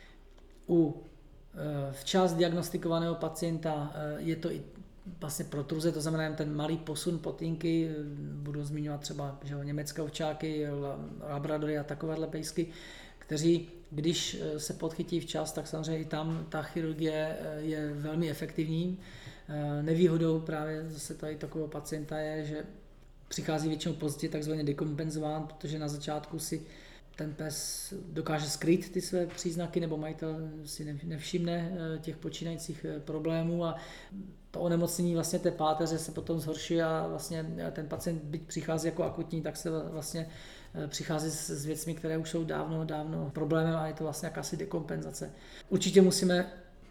S2: U včas diagnostikovaného pacienta je to i vlastně protruze, to znamená ten malý posun plotínky, budu zmiňovat třeba že německé ovčáky, labradory a takovéhle pejsky, kteří, když se podchytí včas, tak samozřejmě i tam ta chirurgie je velmi efektivní. Nevýhodou právě zase tady takového pacienta je, že přichází většinou pozdě takzvaně dekompenzován, protože na začátku si ten pes dokáže skrýt ty své příznaky, nebo majitel si nevšimne těch počínajících problémů a to onemocnění vlastně té páteře se potom zhorší a vlastně ten pacient, byť přichází jako akutní, tak se vlastně přichází s věcmi, které už jsou dávno, dávno problémem a je to vlastně jakási dekompenzace. Určitě musíme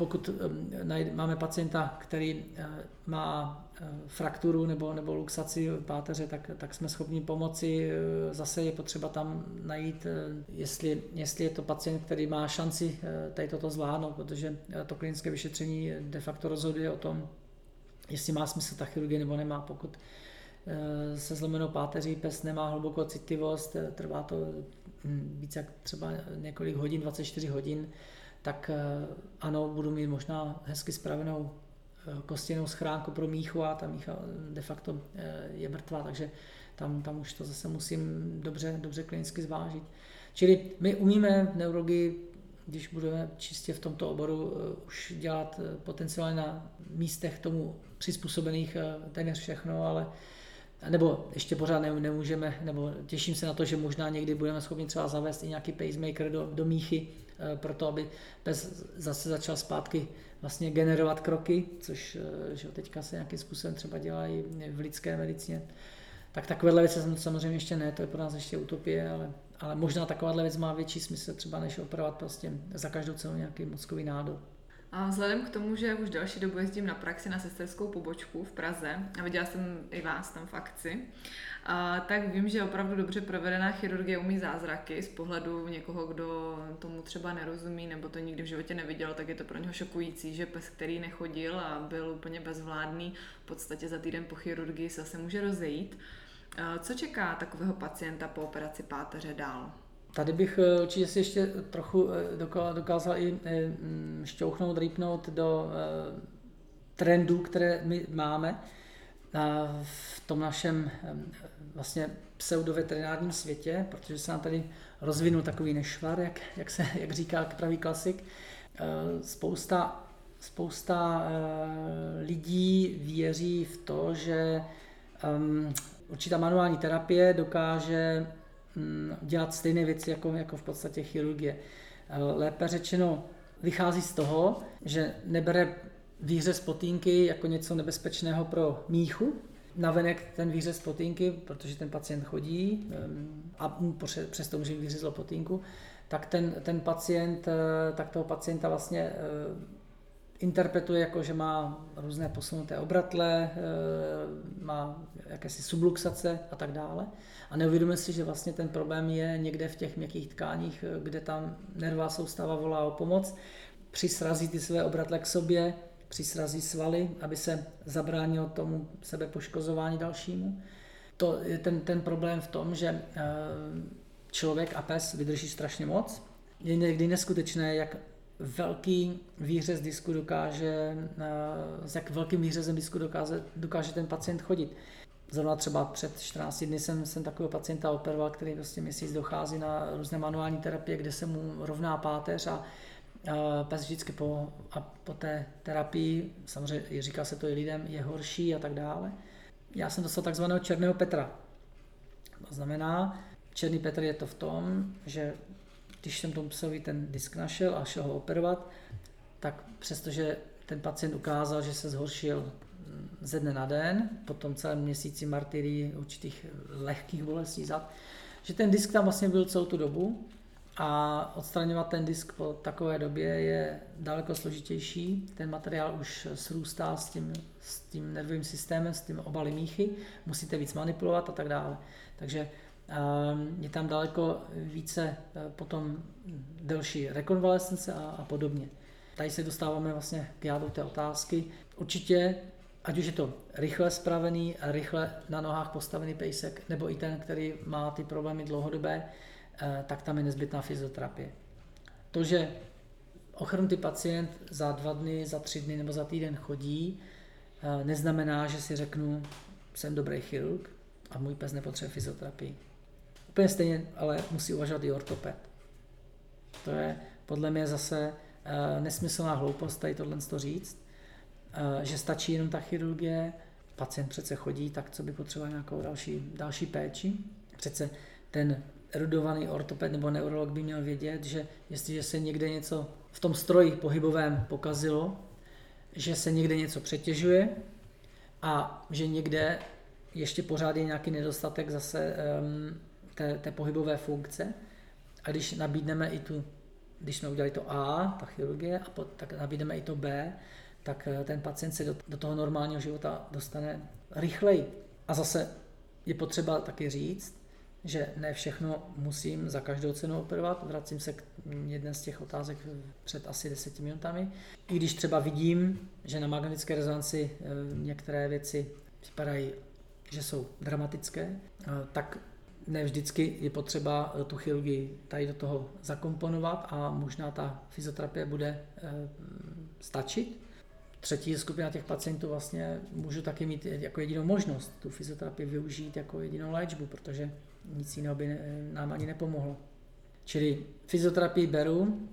S2: pokud máme pacienta, který má frakturu nebo, nebo luxaci páteře, tak, tak jsme schopni pomoci. Zase je potřeba tam najít, jestli, jestli je to pacient, který má šanci tady toto zvládnout, protože to klinické vyšetření de facto rozhoduje o tom, jestli má smysl ta chirurgie nebo nemá. Pokud se zlomenou páteří pes nemá hlubokou citlivost, trvá to více jak třeba několik hodin, dvacet čtyři hodin, tak ano, budu mít možná hezky spravenou kostěnou schránku pro míchu a ta mícha de facto je mrtvá, takže tam, tam už to zase musím dobře, dobře klinicky zvážit. Čili my umíme v neurologii, když budeme čistě v tomto oboru, už dělat potenciálně na místech tomu přizpůsobených téměř všechno, ale nebo ještě pořád nemůžeme, nebo těším se na to, že možná někdy budeme schopni třeba zavést i nějaký pacemaker do, do míchy, proto aby pes zase začal zpátky vlastně generovat kroky, což že teďka se nějakým způsobem třeba dělá i v lidské medicíně. Tak takovéhle věci samozřejmě ještě ne, to je pro nás ještě utopie, ale, ale možná takováhle věc má větší smysl třeba než operovat prostě za každou cenu nějaký mozkový nádor.
S1: A vzhledem k tomu, že už další dobu jezdím na praxi na sesterskou pobočku v Praze a viděla jsem i vás tam v akci, a tak vím, že opravdu dobře provedená chirurgie umí zázraky z pohledu někoho, kdo tomu třeba nerozumí nebo to nikdy v životě neviděl, tak je to pro něho šokující, že pes, který nechodil a byl úplně bezvládný, v podstatě za týden po chirurgii se zase může rozejít. Co čeká takového pacienta po operaci páteře dál?
S2: Tady bych určitě si ještě trochu dokázal i šťouchnout, rýpnout do trendů, které my máme v tom našem vlastně pseudoveterinárním světě, protože se nám tady rozvinul takový nešvar, jak, jak, se, jak říká pravý klasik. Spousta, spousta lidí věří v to, že určitá manuální terapie dokáže dělat stejné věci jako, jako v podstatě chirurgie. Lépe řečeno vychází z toho, že nebere výřez potýnky jako něco nebezpečného pro míchu. Navenek ten výřez potýnky, protože ten pacient chodí a přesto může mít výřez potýnku, tak ten, ten pacient, tak toho pacienta vlastně interpretuje jako, že má různé posunuté obratle, má jakési subluxace a tak dále. A neuvědomuje si, že vlastně ten problém je někde v těch měkkých tkáních, kde tam nervová soustava volá o pomoc, přisrazí ty své obratle k sobě, přisrazí svaly, aby se zabránilo tomu sebepoškozování dalšímu. To je ten, ten problém v tom, že člověk a pes vydrží strašně moc. Je někdy neskutečné, jak velký výřez disku dokáže, s jak velkým výřezem disku dokáže, dokáže ten pacient chodit. Zrovna třeba před čtrnácti dny jsem, jsem takového pacienta operoval, který prostě měsíc dochází na různé manuální terapie, kde se mu rovná páteř a, a pes vždycky po, a po té terapii, samozřejmě říká se to i lidem, je horší a tak dále. Já jsem dostal takzvaného černého Petra. To znamená, černý Petr je to v tom, že když jsem tomu psovi ten disk našel a šel ho operovat, tak přestože ten pacient ukázal, že se zhoršil ze dne na den, po tom celém měsíci martyrii určitých lehkých bolestí zad, že ten disk tam vlastně byl celou tu dobu a odstraňovat ten disk po takové době je daleko složitější. Ten materiál už srůstá s tím, s tím nervovým systémem, s tím obaly míchy, musíte víc manipulovat a tak dále. Takže je tam daleko více potom delší rekonvalescence a, a podobně. Tady se dostáváme vlastně k jádru té otázky. Určitě, ať už je to rychle spravený a rychle na nohách postavený pejsek, nebo i ten, který má ty problémy dlouhodobé, tak tam je nezbytná fyzioterapie. To, že ochrnutý pacient za dva dny, za tři dny nebo za týden chodí, neznamená, že si řeknu, jsem dobrý chirurg a můj pes nepotřebuje fyzioterapii. Úplně stejně, ale musí uvažovat i ortoped. To je podle mě zase uh, nesmyslná hloupost tady tohle říct, uh, že stačí jenom ta chirurgie, pacient přece chodí, tak co by potřeboval nějakou další, další péči. Přece ten erudovaný ortoped nebo neurolog by měl vědět, že jestliže se někde něco v tom stroji pohybovém pokazilo, že se někde něco přetěžuje a že někde ještě pořád je nějaký nedostatek zase um, té, té pohybové funkce. A když nabídneme i tu když jsme udělali to A, ta chirurgie, a pot, tak nabídeme i to B, tak ten pacient se do, do toho normálního života dostane rychleji. A zase je potřeba taky říct, že ne všechno musím za každou cenu operovat. Vracím se k jedné z těch otázek před asi deseti minutami. I když třeba vidím, že na magnetické rezonanci některé věci vypadají, že jsou dramatické, tak ne vždycky je potřeba tu chirurgii tady do toho zakomponovat a možná ta fyzioterapie bude stačit. Třetí skupina těch pacientů vlastně můžu taky mít jako jedinou možnost tu fyzioterapii využít jako jedinou léčbu, protože nic jiného by nám ani nepomohlo. Čili fyzioterapii beru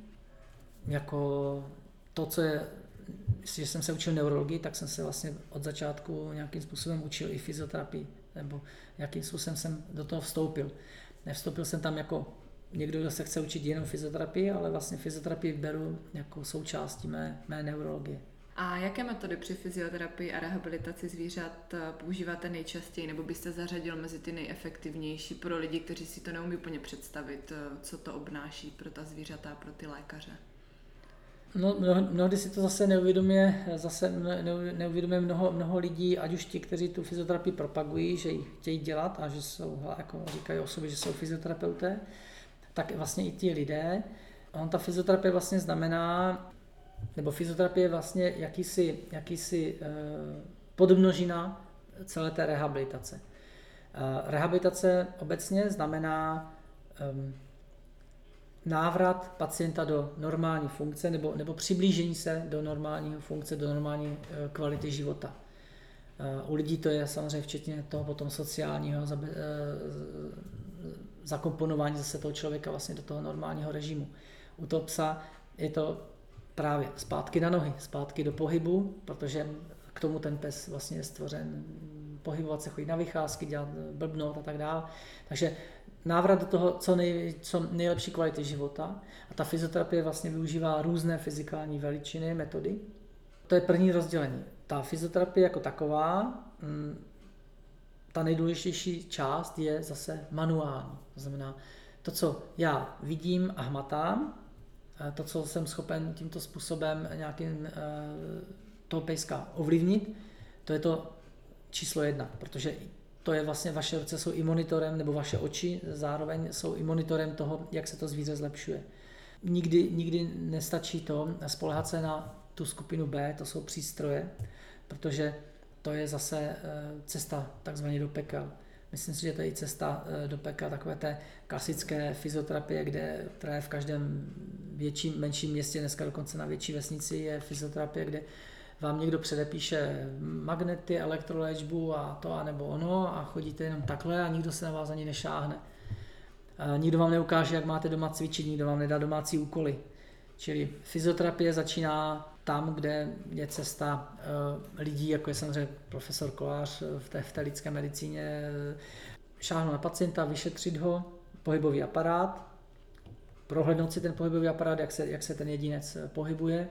S2: jako to, co je, jestliže jsem se učil neurologii, tak jsem se vlastně od začátku nějakým způsobem učil i fyzioterapii, nebo jakým způsobem jsem do toho vstoupil. Nevstoupil jsem tam jako někdo, kdo se chce učit jenom fyzioterapii, ale vlastně fyzioterapii beru jako součástí mé, mé neurologie.
S1: A jaké metody při fyzioterapii a rehabilitaci zvířat používáte nejčastěji, nebo byste zařadil mezi ty nejefektivnější pro lidi, kteří si to neumí úplně představit, co to obnáší pro ta zvířata a pro ty lékaře?
S2: No, mnohdy si to zase neuvědomuje, zase neuvědomuje mnoho, mnoho lidí, ať už ti, kteří tu fyzioterapii propagují, že ji chtějí dělat a že jsou, jako říkají o sobě, že jsou fyzioterapeuté, tak vlastně i ti lidé. On ta fyzioterapie vlastně znamená, nebo fyzioterapie je vlastně jakýsi, jakýsi eh, podmnožina celé té rehabilitace. Eh, rehabilitace obecně znamená eh, návrat pacienta do normální funkce nebo, nebo přiblížení se do normální funkce, do normální eh, kvality života. Eh, u lidí to je samozřejmě včetně toho potom sociálního zabe, eh, zakomponování zase toho člověka vlastně do toho normálního režimu. U toho psa je to právě zpátky na nohy, zpátky do pohybu, protože k tomu ten pes vlastně je stvořen, pohybovat se, chodit na vycházky, dělat blbnout a tak dále. Takže návrat do toho co, nej, co nejlepší kvality života a ta fyzioterapie vlastně využívá různé fyzikální veličiny, metody. To je první rozdělení. Ta fyzioterapie jako taková, ta nejdůležitější část je zase manuální. To znamená to, co já vidím a hmatám, to, co jsem schopen tímto způsobem nějakým toho pejska ovlivnit, to je to číslo jedna, protože to je vlastně vaše ruce jsou i monitorem, nebo vaše oči zároveň jsou i monitorem toho, jak se to zvíře zlepšuje. Nikdy, nikdy nestačí to spoléhat se na tu skupinu B, to jsou přístroje, protože to je zase cesta takzvaně do pekel. Myslím si, že to je i cesta do pekel takové té klasické fyzioterapie, kde, která je v každém větším, menším městě, dneska dokonce na větší vesnici je fyzioterapie, kde vám někdo předepíše magnety, elektroléčbu a to a nebo ono a chodíte jenom takhle a nikdo se na vás ani nešáhne. A nikdo vám neukáže, jak máte doma cvičit, nikdo vám nedá domácí úkoly. Čili fyzioterapie začíná tam, kde je cesta uh, lidí, jako je samozřejmě profesor Kolář v té, v té lidské medicíně, šáhnout na pacienta, vyšetřit ho, pohybový aparát, prohlédnout si ten pohybový aparát, jak se, jak se ten jedinec pohybuje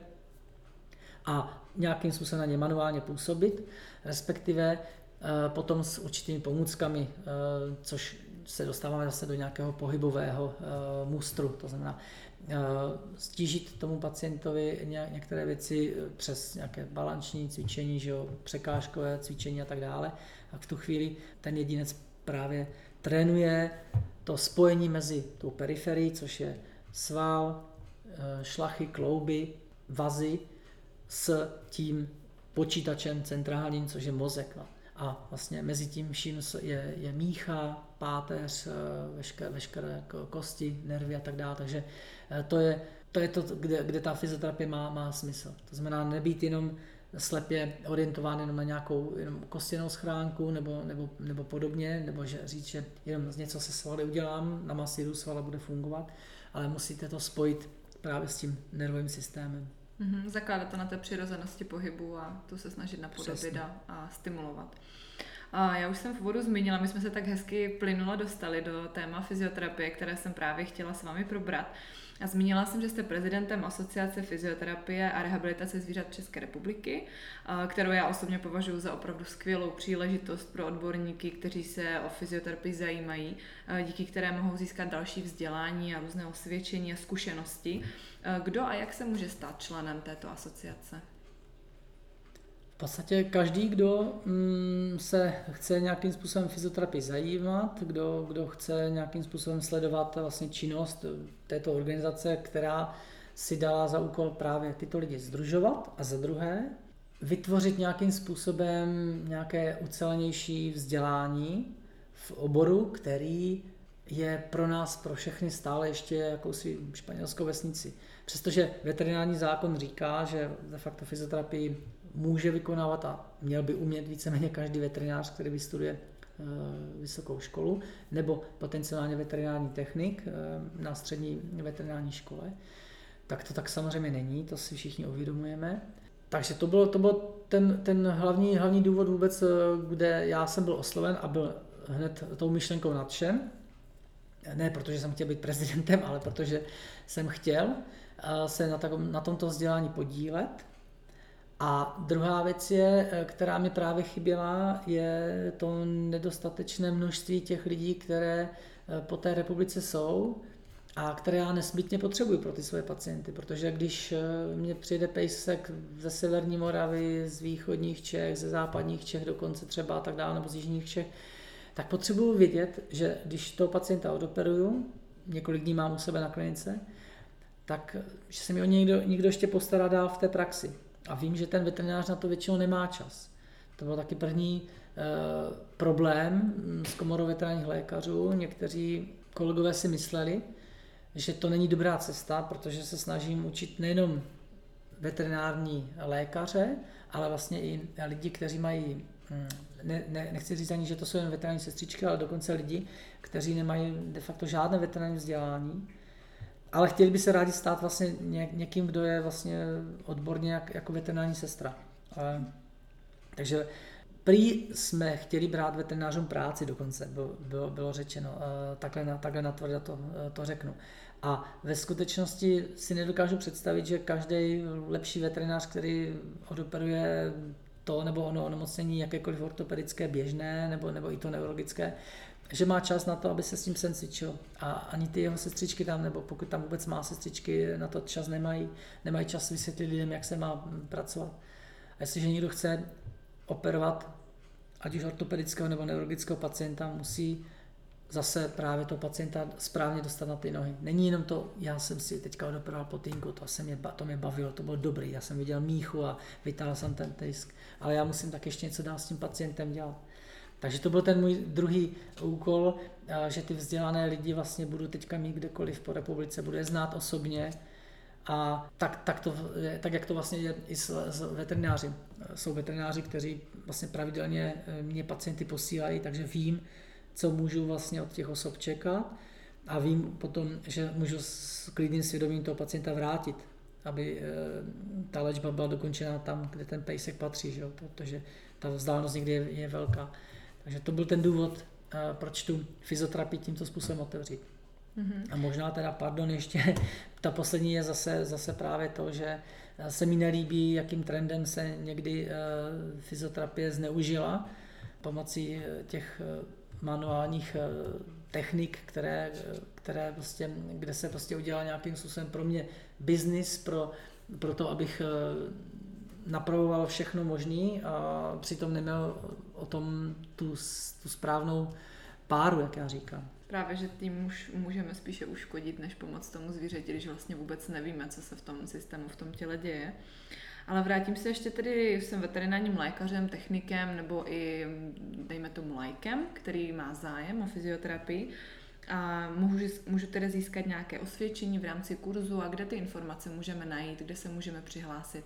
S2: a nějakým způsobem na ně manuálně působit, respektive uh, potom s určitými pomůckami, uh, což se dostáváme zase do nějakého pohybového uh, mustru, to znamená stížit tomu pacientovi některé věci přes nějaké balanční cvičení, že jo, překážkové cvičení a tak dále. A v tu chvíli ten jedinec právě trénuje to spojení mezi tou periferií, což je sval, šlachy, klouby, vazy, s tím počítačem centrálním, což je mozek. A vlastně mezi tím vším je, je mícha, páteř, veškeré, veškeré kosti, nervy a tak dále. Takže to je to, je to kde, kde ta fyzioterapie má, má smysl. To znamená nebýt jenom slepě orientován jenom na nějakou jenom kostěnou schránku nebo, nebo, nebo podobně, nebo že říct, že jenom něco se svaly udělám, namasíru sval a bude fungovat, ale musíte to spojit právě s tím nervovým systémem.
S1: Mm-hmm, zakládat to na té přirozenosti pohybu a to se snažit napodobit a, a stimulovat. Já už jsem v úvodu zmínila, my jsme se tak hezky plynule dostali do téma fyzioterapie, které jsem právě chtěla s vámi probrat. A zmínila jsem, že jste prezidentem Asociace fyzioterapie a rehabilitace zvířat České republiky, kterou já osobně považuji za opravdu skvělou příležitost pro odborníky, kteří se o fyzioterapii zajímají, díky které mohou získat další vzdělání a různé osvědčení a zkušenosti. Kdo a jak se může stát členem této asociace?
S2: V podstatě každý, kdo mm, se chce nějakým způsobem fyzioterapii zajímat, kdo, kdo chce nějakým způsobem sledovat vlastně činnost této organizace, která si dala za úkol právě tyto lidi sdružovat, a za druhé vytvořit nějakým způsobem nějaké ucelenější vzdělání v oboru, který je pro nás, pro všechny stále ještě jakousi španělskou vesnici. Přestože veterinární zákon říká, že de facto fyzioterapii může vykonávat a měl by umět víceméně každý veterinář, který vystuduje e, vysokou školu, nebo potenciálně veterinární technik e, na střední veterinární škole, tak to tak samozřejmě není, to si všichni uvědomujeme. Takže to byl, to byl ten, ten hlavní, hlavní důvod vůbec, kde já jsem byl osloven a byl hned tou myšlenkou nadšen. Ne protože jsem chtěl být prezidentem, ale protože jsem chtěl se na, takom, na tomto vzdělání podílet. A druhá věc je, která mi právě chyběla, je to nedostatečné množství těch lidí, které po té republice jsou a které já nezbytně potřebuji pro ty svoje pacienty, protože když mě přijde pejsek ze severní Moravy, z východních Čech, ze západních Čech dokonce třeba a tak dále, nebo z jižních Čech, tak potřebuji vědět, že když toho pacienta odoperuju, několik dní mám u sebe na klinice, tak že se mi o něj někdo, někdo ještě postará dál v té praxi. A vím, že ten veterinář na to většinou nemá čas. To byl taky první e, problém s komorou veterinárních lékařů. Někteří kolegové si mysleli, že to není dobrá cesta, protože se snažím učit nejenom veterinární lékaře, ale vlastně i lidi, kteří mají, ne, ne, nechci říct ani, že to jsou jen veterinární sestřičky, ale dokonce lidi, kteří nemají de facto žádné veterinární vzdělání, ale chtěli by se rádi stát vlastně někým, kdo je vlastně odborně jak, jako veterinární sestra. E, takže prý jsme chtěli brát veterinářům práci dokonce, bylo, bylo, bylo řečeno, e, takhle, na, takhle natvrdo to, to řeknu. A ve skutečnosti si nedokážu představit, že každý lepší veterinář, který odoperuje to nebo ono onemocnění jakékoliv ortopedické běžné nebo, nebo i to neurologické, že má čas na to, aby se s tím sen cvičil. A ani ty jeho sestřičky tam, nebo pokud tam vůbec má sestřičky, na to čas nemají, nemají čas vysvětlit lidem, jak se má pracovat. A jestliže někdo chce operovat ať už ortopedického nebo neurologického pacienta, musí zase právě toho pacienta správně dostat na ty nohy. Není jenom to, já jsem si teďka odoperoval potýnku, to, se mě, to mě bavilo, to bylo dobrý, já jsem viděl míchu a vytáhl jsem ten tisk, ale já musím tak ještě něco dál s tím pacientem dělat. Takže to byl ten můj druhý úkol, že ty vzdělané lidi vlastně budu teďka mít kdekoliv po republice, budu je znát osobně a tak, tak, to, tak jak to vlastně je i s, s veterináři. Jsou veterináři, kteří vlastně pravidelně mě pacienty posílají, takže vím, co můžu vlastně od těch osob čekat a vím potom, že můžu s klidným svědomím toho pacienta vrátit, aby ta léčba byla dokončena tam, kde ten pejsek patří, že jo? Protože ta vzdálenost někdy je, je velká. Takže to byl ten důvod, proč tu fyzioterapii tímto způsobem otevřít. Mm-hmm. A možná teda, pardon, ještě ta poslední je zase, zase právě to, že se mi nelíbí, jakým trendem se někdy fyzioterapie zneužila pomocí těch manuálních technik, které, které prostě, kde se prostě udělal nějakým způsobem pro mě biznis, pro, pro to, abych napravoval všechno možné a přitom neměl o tom tu, tu správnou páru, jak já říkám.
S1: Právě, že tím už můžeme spíše uškodit, než pomoct tomu zvířeti, když vlastně vůbec nevíme, co se v tom systému, v tom těle děje. Ale vrátím se ještě tedy, jsem veterinárním lékařem, technikem nebo i, dejme tomu, lajkem, který má zájem o fyzioterapii. A můžu, můžu tedy získat nějaké osvědčení v rámci kurzu a kde ty informace můžeme najít, kde se můžeme přihlásit?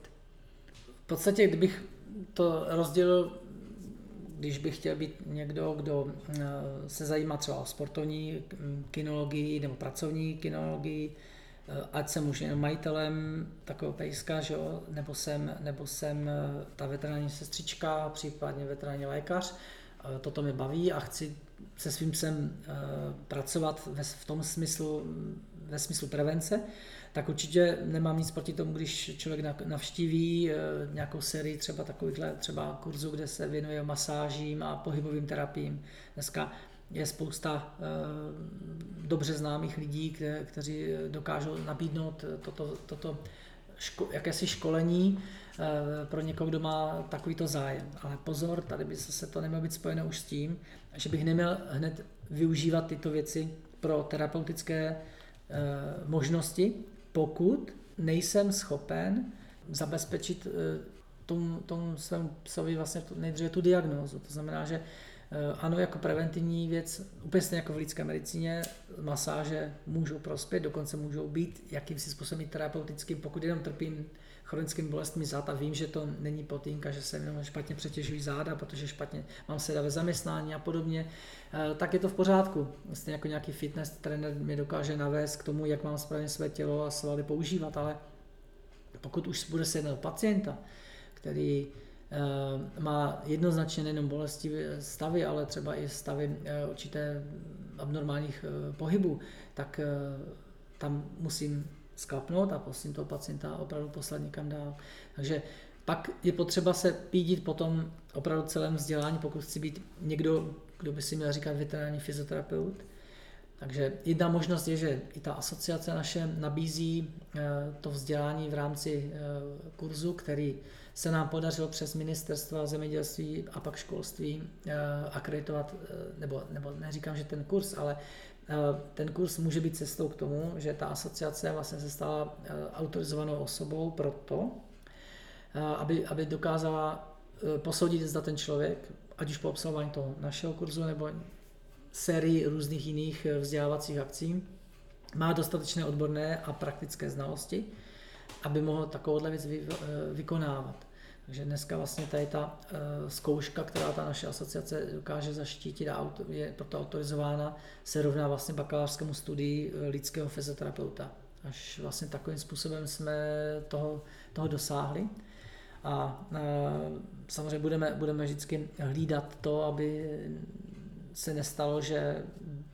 S2: V podstatě, kdybych to rozdělil, když bych chtěl být někdo, kdo se zajímá třeba o sportovní kinologii nebo pracovní kinologii, ať jsem už jenom majitelem takového pejska, že jo, nebo, jsem, nebo jsem ta veterinární sestřička, případně veterinární lékař, toto mě baví a chci se svým psem pracovat v tom smyslu, ve smyslu prevence, tak určitě nemám nic proti tomu, když člověk navštíví nějakou sérii třeba takovýchhle třeba kurzů, kde se věnuje masážím a pohybovým terapiím. Dneska je spousta dobře známých lidí, kteří dokážou nabídnout toto, toto ško, jakési školení pro někoho, kdo má takovýto zájem. Ale pozor, tady by se to nemělo být spojeno už s tím, že bych neměl hned využívat tyto věci pro terapeutické možnosti, pokud nejsem schopen zabezpečit tomu, tomu svému psovi vlastně nejdříve tu diagnózu. To znamená, že ano, jako preventivní věc, úplně stejně jako v lidské medicíně, masáže můžou prospět, dokonce můžou být jakýmsi způsobem terapeutickým, pokud jenom trpím chronickými bolestmi zád a vím, že to není potínka, že se jenom špatně přetěžují záda, protože špatně mám sedavé zaměstnání a podobně, tak je to v pořádku. Vlastně jako nějaký fitness trenér mě dokáže navést k tomu, jak mám správně své tělo a svaly používat, ale pokud už bude se jednat o pacienta, který má jednoznačně nejenom bolestivé stavy, ale třeba i stavy určité abnormálních pohybů, tak tam musím sklapnout a prosím toho pacienta opravdu poslat někam dál. Takže pak je potřeba se pídit po tom opravdu celém vzdělání, pokud chci být někdo, kdo by si měl říkat veterinární fyzioterapeut. Takže jedna možnost je, že i ta asociace naše nabízí to vzdělání v rámci kurzu, který se nám podařilo přes ministerstva zemědělství a pak školství akreditovat, nebo, nebo neříkám, že ten kurz, ale ten kurz může být cestou k tomu, že ta asociace vlastně se stala autorizovanou osobou pro to, aby, aby dokázala posoudit, zda ten člověk, ať už po absolvování toho našeho kurzu nebo sérii různých jiných vzdělávacích akcí, má dostatečné odborné a praktické znalosti, aby mohl takovouhle věc vy, vykonávat. Takže dneska vlastně tady ta uh, zkouška, která ta naše asociace dokáže zaštítit a auto, je proto autorizována, se rovná vlastně bakalářskému studii lidského fyzioterapeuta. Až vlastně takovým způsobem jsme toho, toho dosáhli. A uh, samozřejmě budeme, budeme vždycky hlídat to, aby se nestalo, že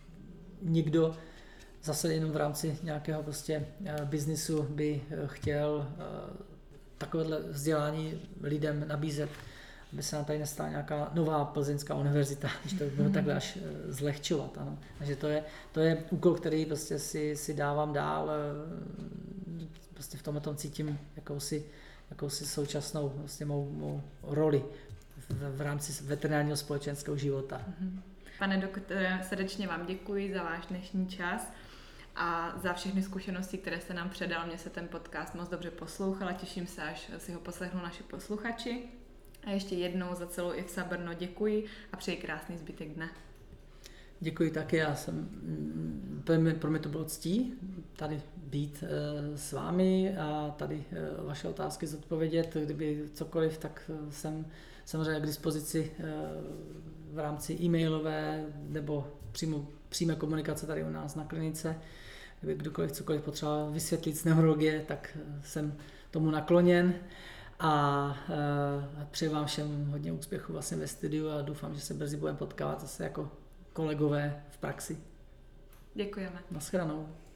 S2: někdo zase jenom v rámci nějakého prostě biznisu by chtěl takovéhle vzdělání lidem nabízet, aby se nám tady nestala nějaká nová plzeňská univerzita, když to bylo takhle až zlehčovat. Ano. Takže to je, to je úkol, který prostě si, si dávám dál, prostě v tomhle tom cítím jakousi, jakousi současnou vlastně mou, mou roli v, v rámci veterinárního společenského života.
S1: Pane doktore, srdečně vám děkuji za váš dnešní čas a za všechny zkušenosti, které jste nám předal. Mně se ten podcast moc dobře poslouchala, těším se, až si ho poslechnou naši posluchači. A ještě jednou za celou I F S A Brno děkuji a přeji krásný zbytek dne.
S2: Děkuji taky, já jsem, pro mě to bylo ctí tady být s vámi a tady vaše otázky zodpovědět. Kdyby cokoliv, tak jsem samozřejmě k dispozici v rámci e-mailové nebo přímo, přímé komunikace tady u nás na klinice. Kdyby kdokoliv cokoliv potřeboval vysvětlit z neurologie, tak jsem tomu nakloněn. A přeji vám všem hodně úspěchů vlastně ve studiu a doufám, že se brzy budeme potkávat zase jako kolegové v praxi.
S1: Děkujeme.
S2: Naschledanou.